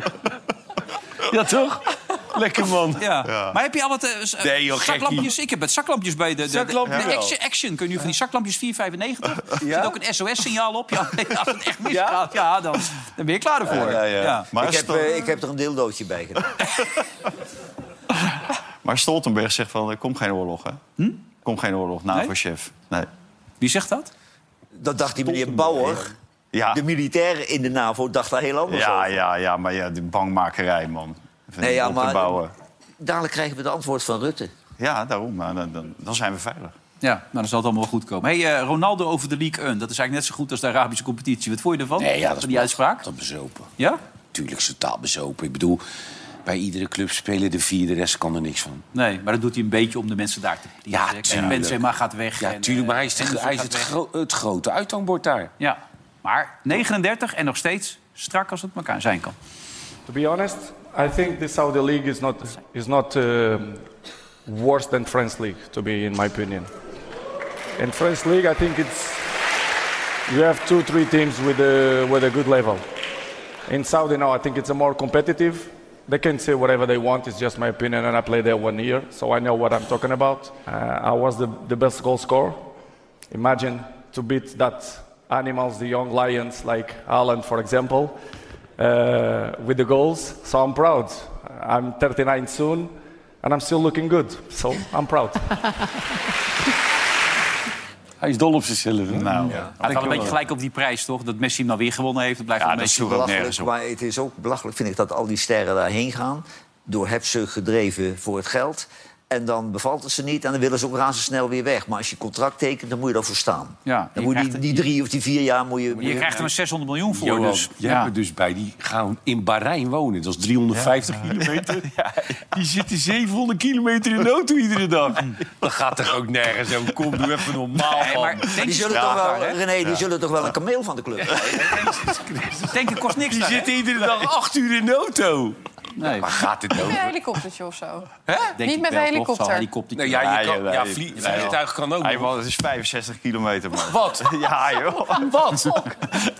Ja, toch? Lekker, man. Ja. Ja. Maar heb je al wat uh, nee, joh, zaklampjes? Ik heb het zaklampjes bij de, de, Zaklampje de, de action, action. Kun je nu van die zaklampjes vier vijfennegentig? Er ja? zit ook een S O S-signaal op. Ja, als het echt misgaat, ja? Ja, dan, dan ben je klaar ervoor. Ja, ja, ja. Maar ik, heb, uh, ik heb er een dildootje bij gedaan. Maar Stoltenberg zegt van, er komt geen oorlog, hè? Hm? Komt geen oorlog, NAVO-chef. Nee. Wie zegt dat? Dat dacht die meneer Bauer. Ja. De militairen in de NAVO dachten daar heel anders ja, over. Ja, ja, maar ja, de bangmakerij, man. Nee, ja, maar dadelijk krijgen we het antwoord van Rutte. Ja, daarom. Maar dan, dan, dan zijn we veilig. Ja, nou, dan zal het allemaal wel goed komen. Hey, uh, Ronaldo over de League een. Dat is eigenlijk net zo goed als de Arabische competitie. Wat vond je ervan? Nee, ja, dat is die uitspraak? Dat is bezopen. Ja? Tuurlijk is het totaal bezopen. Ik bedoel, bij iedere club spelen de vier, de rest kan er niks van. Nee, maar dat doet hij een beetje om de mensen daar te plezieren. Ja, en Benzema gaat weg. Ja, tuurlijk, maar hij is, de, hij is het, gro het grote uithangbord daar. Ja, maar negenendertig en nog steeds strak als het elkaar zijn kan. To be honest, I think the Saudi League is not is not uh, worse than French League, to be in my opinion. In French League, I think it's you have two, three teams with a with a good level. In Saudi now, I think it's a more competitive. They can say whatever they want. It's just my opinion, and I played there one year, so I know what I'm talking about. Uh, I was the the best goal scorer. Imagine to beat that animals, the young lions like Haaland, for example. Uh, with the goals, so I'm proud. I'm thirty-nine soon, and I'm still looking good, so I'm proud. Hij is dol op zichzelf. Hè? Nou, ja. Hij gaat een beetje gelijk op die prijs, toch? Dat Messi hem nou weer gewonnen heeft. Dat blijft ja, een dat beetje is belachelijk. Maar het is ook belachelijk, vind ik, dat al die sterren daarheen gaan. Door hebzucht gedreven voor het geld. En dan bevalt het ze niet en dan willen ze ook razendsnel weer weg. Maar als je contract tekent, dan moet je daarvoor staan. Ja, dan moet je die, die drie of die vier jaar... Moet je, je, moet je je krijgt er maar zeshonderd miljoen voor. Jo, Dus. Je ja. hebt er dus bij, die gaan in Bahrein wonen. Dat is driehonderdvijftig ja. kilometer. Ja. Die zitten zevenhonderd kilometer in de auto iedere dag. Dat gaat toch ook nergens over. Kom, doe even normaal, man. Nee, maar die zullen, toch wel, René, die ja. zullen toch wel een kameel van de club Denken kost niks. Die daar, zitten iedere dag acht uur in de auto. Nee. Maar gaat het Niet over? met een helikoptertje of zo. Hè? Niet met een helikopter. helikopter. Nou, ja, je kan, nee, ja, vlie, vliegtuig kan ook. Hij, het is vijfenzestig kilometer, man. Wat? Ja, joh. Wat?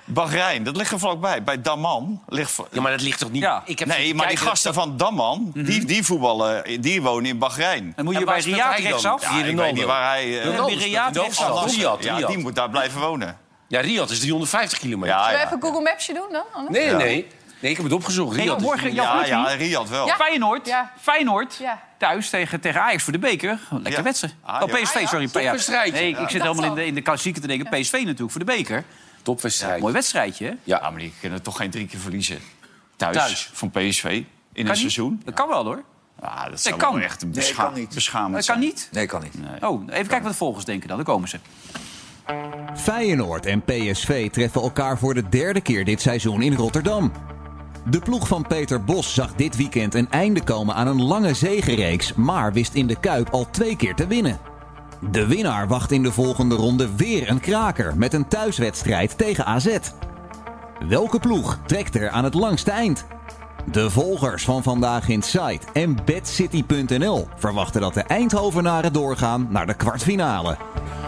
Bahrein, dat ligt er vlakbij. Bij Daman ligt... v- Ja, maar dat ligt toch niet... Ja. Ik heb Nee, zitten maar die kijken, gasten dat- van Daman, die, die voetballen, die wonen in Bahrein. Dan moet je En bij waar speelt Riyadh hij dan? rechtsaf. Ja, Hier ik weet Ronaldo. niet waar hij... eh, Dan heb je Riyadh rechtsaf. Al-Nassr. Riyadh, Ja, Riyadh. die moet daar blijven wonen. Ja, Riyadh is driehonderdvijftig kilometer. Ja, Zullen we ja. even Google Mapsje doen dan? anders? Nee, nee. Nee, ik heb het opgezocht. Nee, Riyadh is- morgen, Ja, Jan ja, Rutty. Riyadh wel. Ja. Feyenoord, Ja. Feyenoord Ja. thuis tegen, tegen Ajax voor de beker. Lekker Ja. wedstrijd. Ah, Oh, ja. P S V, Ah, ja. sorry. Ja. Topwedstrijdje. Nee, ik, ik zit dacht helemaal in al. de, in de klassieker te denken. P S V natuurlijk voor de beker. Topwedstrijd. Mooi wedstrijdje, hè? Ja. Ja, maar die kunnen toch geen drie keer verliezen. Thuis, Thuis. van P S V in Kan een niet? seizoen. Dat kan wel, hoor. Ja, dat zou kan. wel echt een Nee, bescha- kan niet. beschamend Dat zijn. kan niet. Nee, kan niet. Oh, even kijken wat de volgers denken dan. Daar komen ze. Feyenoord en P S V treffen elkaar voor de derde keer dit seizoen in Rotterdam. De ploeg van Peter Bos zag dit weekend een einde komen aan een lange zegenreeks, maar wist in de Kuip al twee keer te winnen. De winnaar wacht in de volgende ronde weer een kraker met een thuiswedstrijd tegen A Z. Welke ploeg trekt er aan het langste eind? De volgers van Vandaag in Sight en bedcity punt n l verwachten dat de Eindhovenaren doorgaan naar de kwartfinale.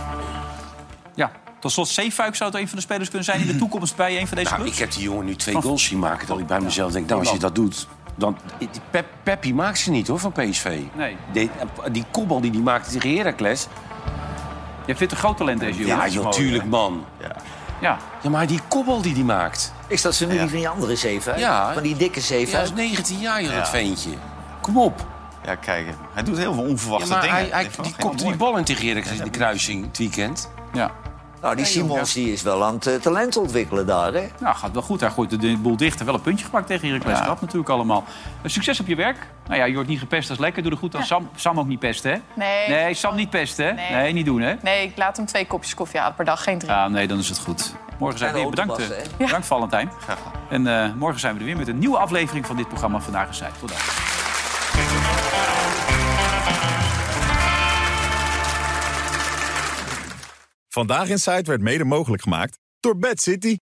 Ja, tot slot, Zeefuik zou het een van de spelers kunnen zijn in de toekomst bij een van deze Nou, clubs? ik heb die jongen nu twee goals zien maken. Dat ik bij mezelf denk, nou, als je dat doet... Dan, die Pep, Peppi maakt ze niet, hoor, van P S V. Nee. Die, die kopbal die hij maakte tegen Heracles... Je vindt een groot talent, deze jongen. Ja, joh, tuurlijk, man. Ja. Ja, maar die kopbal die hij maakt... Is dat zo nu die van die andere zeven? hè? Ja. Van die dikke zeven? Ja, dat is negentien jaar, joh, Ja. dat ventje. Kom op. Ja, kijk, hij doet heel veel Ja, onverwachte maar dingen. hij, hij, Dat is wel die helemaal kopte die mooi. bal in tegen Heracles in de kruising het weekend. Ja. Nou, die Simons die is wel aan het eh, talent ontwikkelen daar, hè? Nou, gaat wel goed. Hij gooit de, de boel dicht. Wel een puntje gepakt tegen Heracles. Ja. Dat natuurlijk allemaal. Uh, succes op je werk. Nou ja, je wordt niet gepest, dat is lekker. Doe er goed aan. Sam, Sam ook niet pesten, hè? Nee. Nee, Sam niet pesten, hè? Nee, Nee. niet doen, hè? Nee, ik laat hem twee kopjes koffie halen per dag, geen drie. Ja, nee, dan is het goed. Morgen zijn we En weer. Bedankt, autopassen, eh, hè? bedankt Valentijn. En uh, morgen zijn we er weer met een nieuwe aflevering van dit programma Vandaag in Sight. Tot dan. Vandaag in Sight werd mede mogelijk gemaakt door Bad City.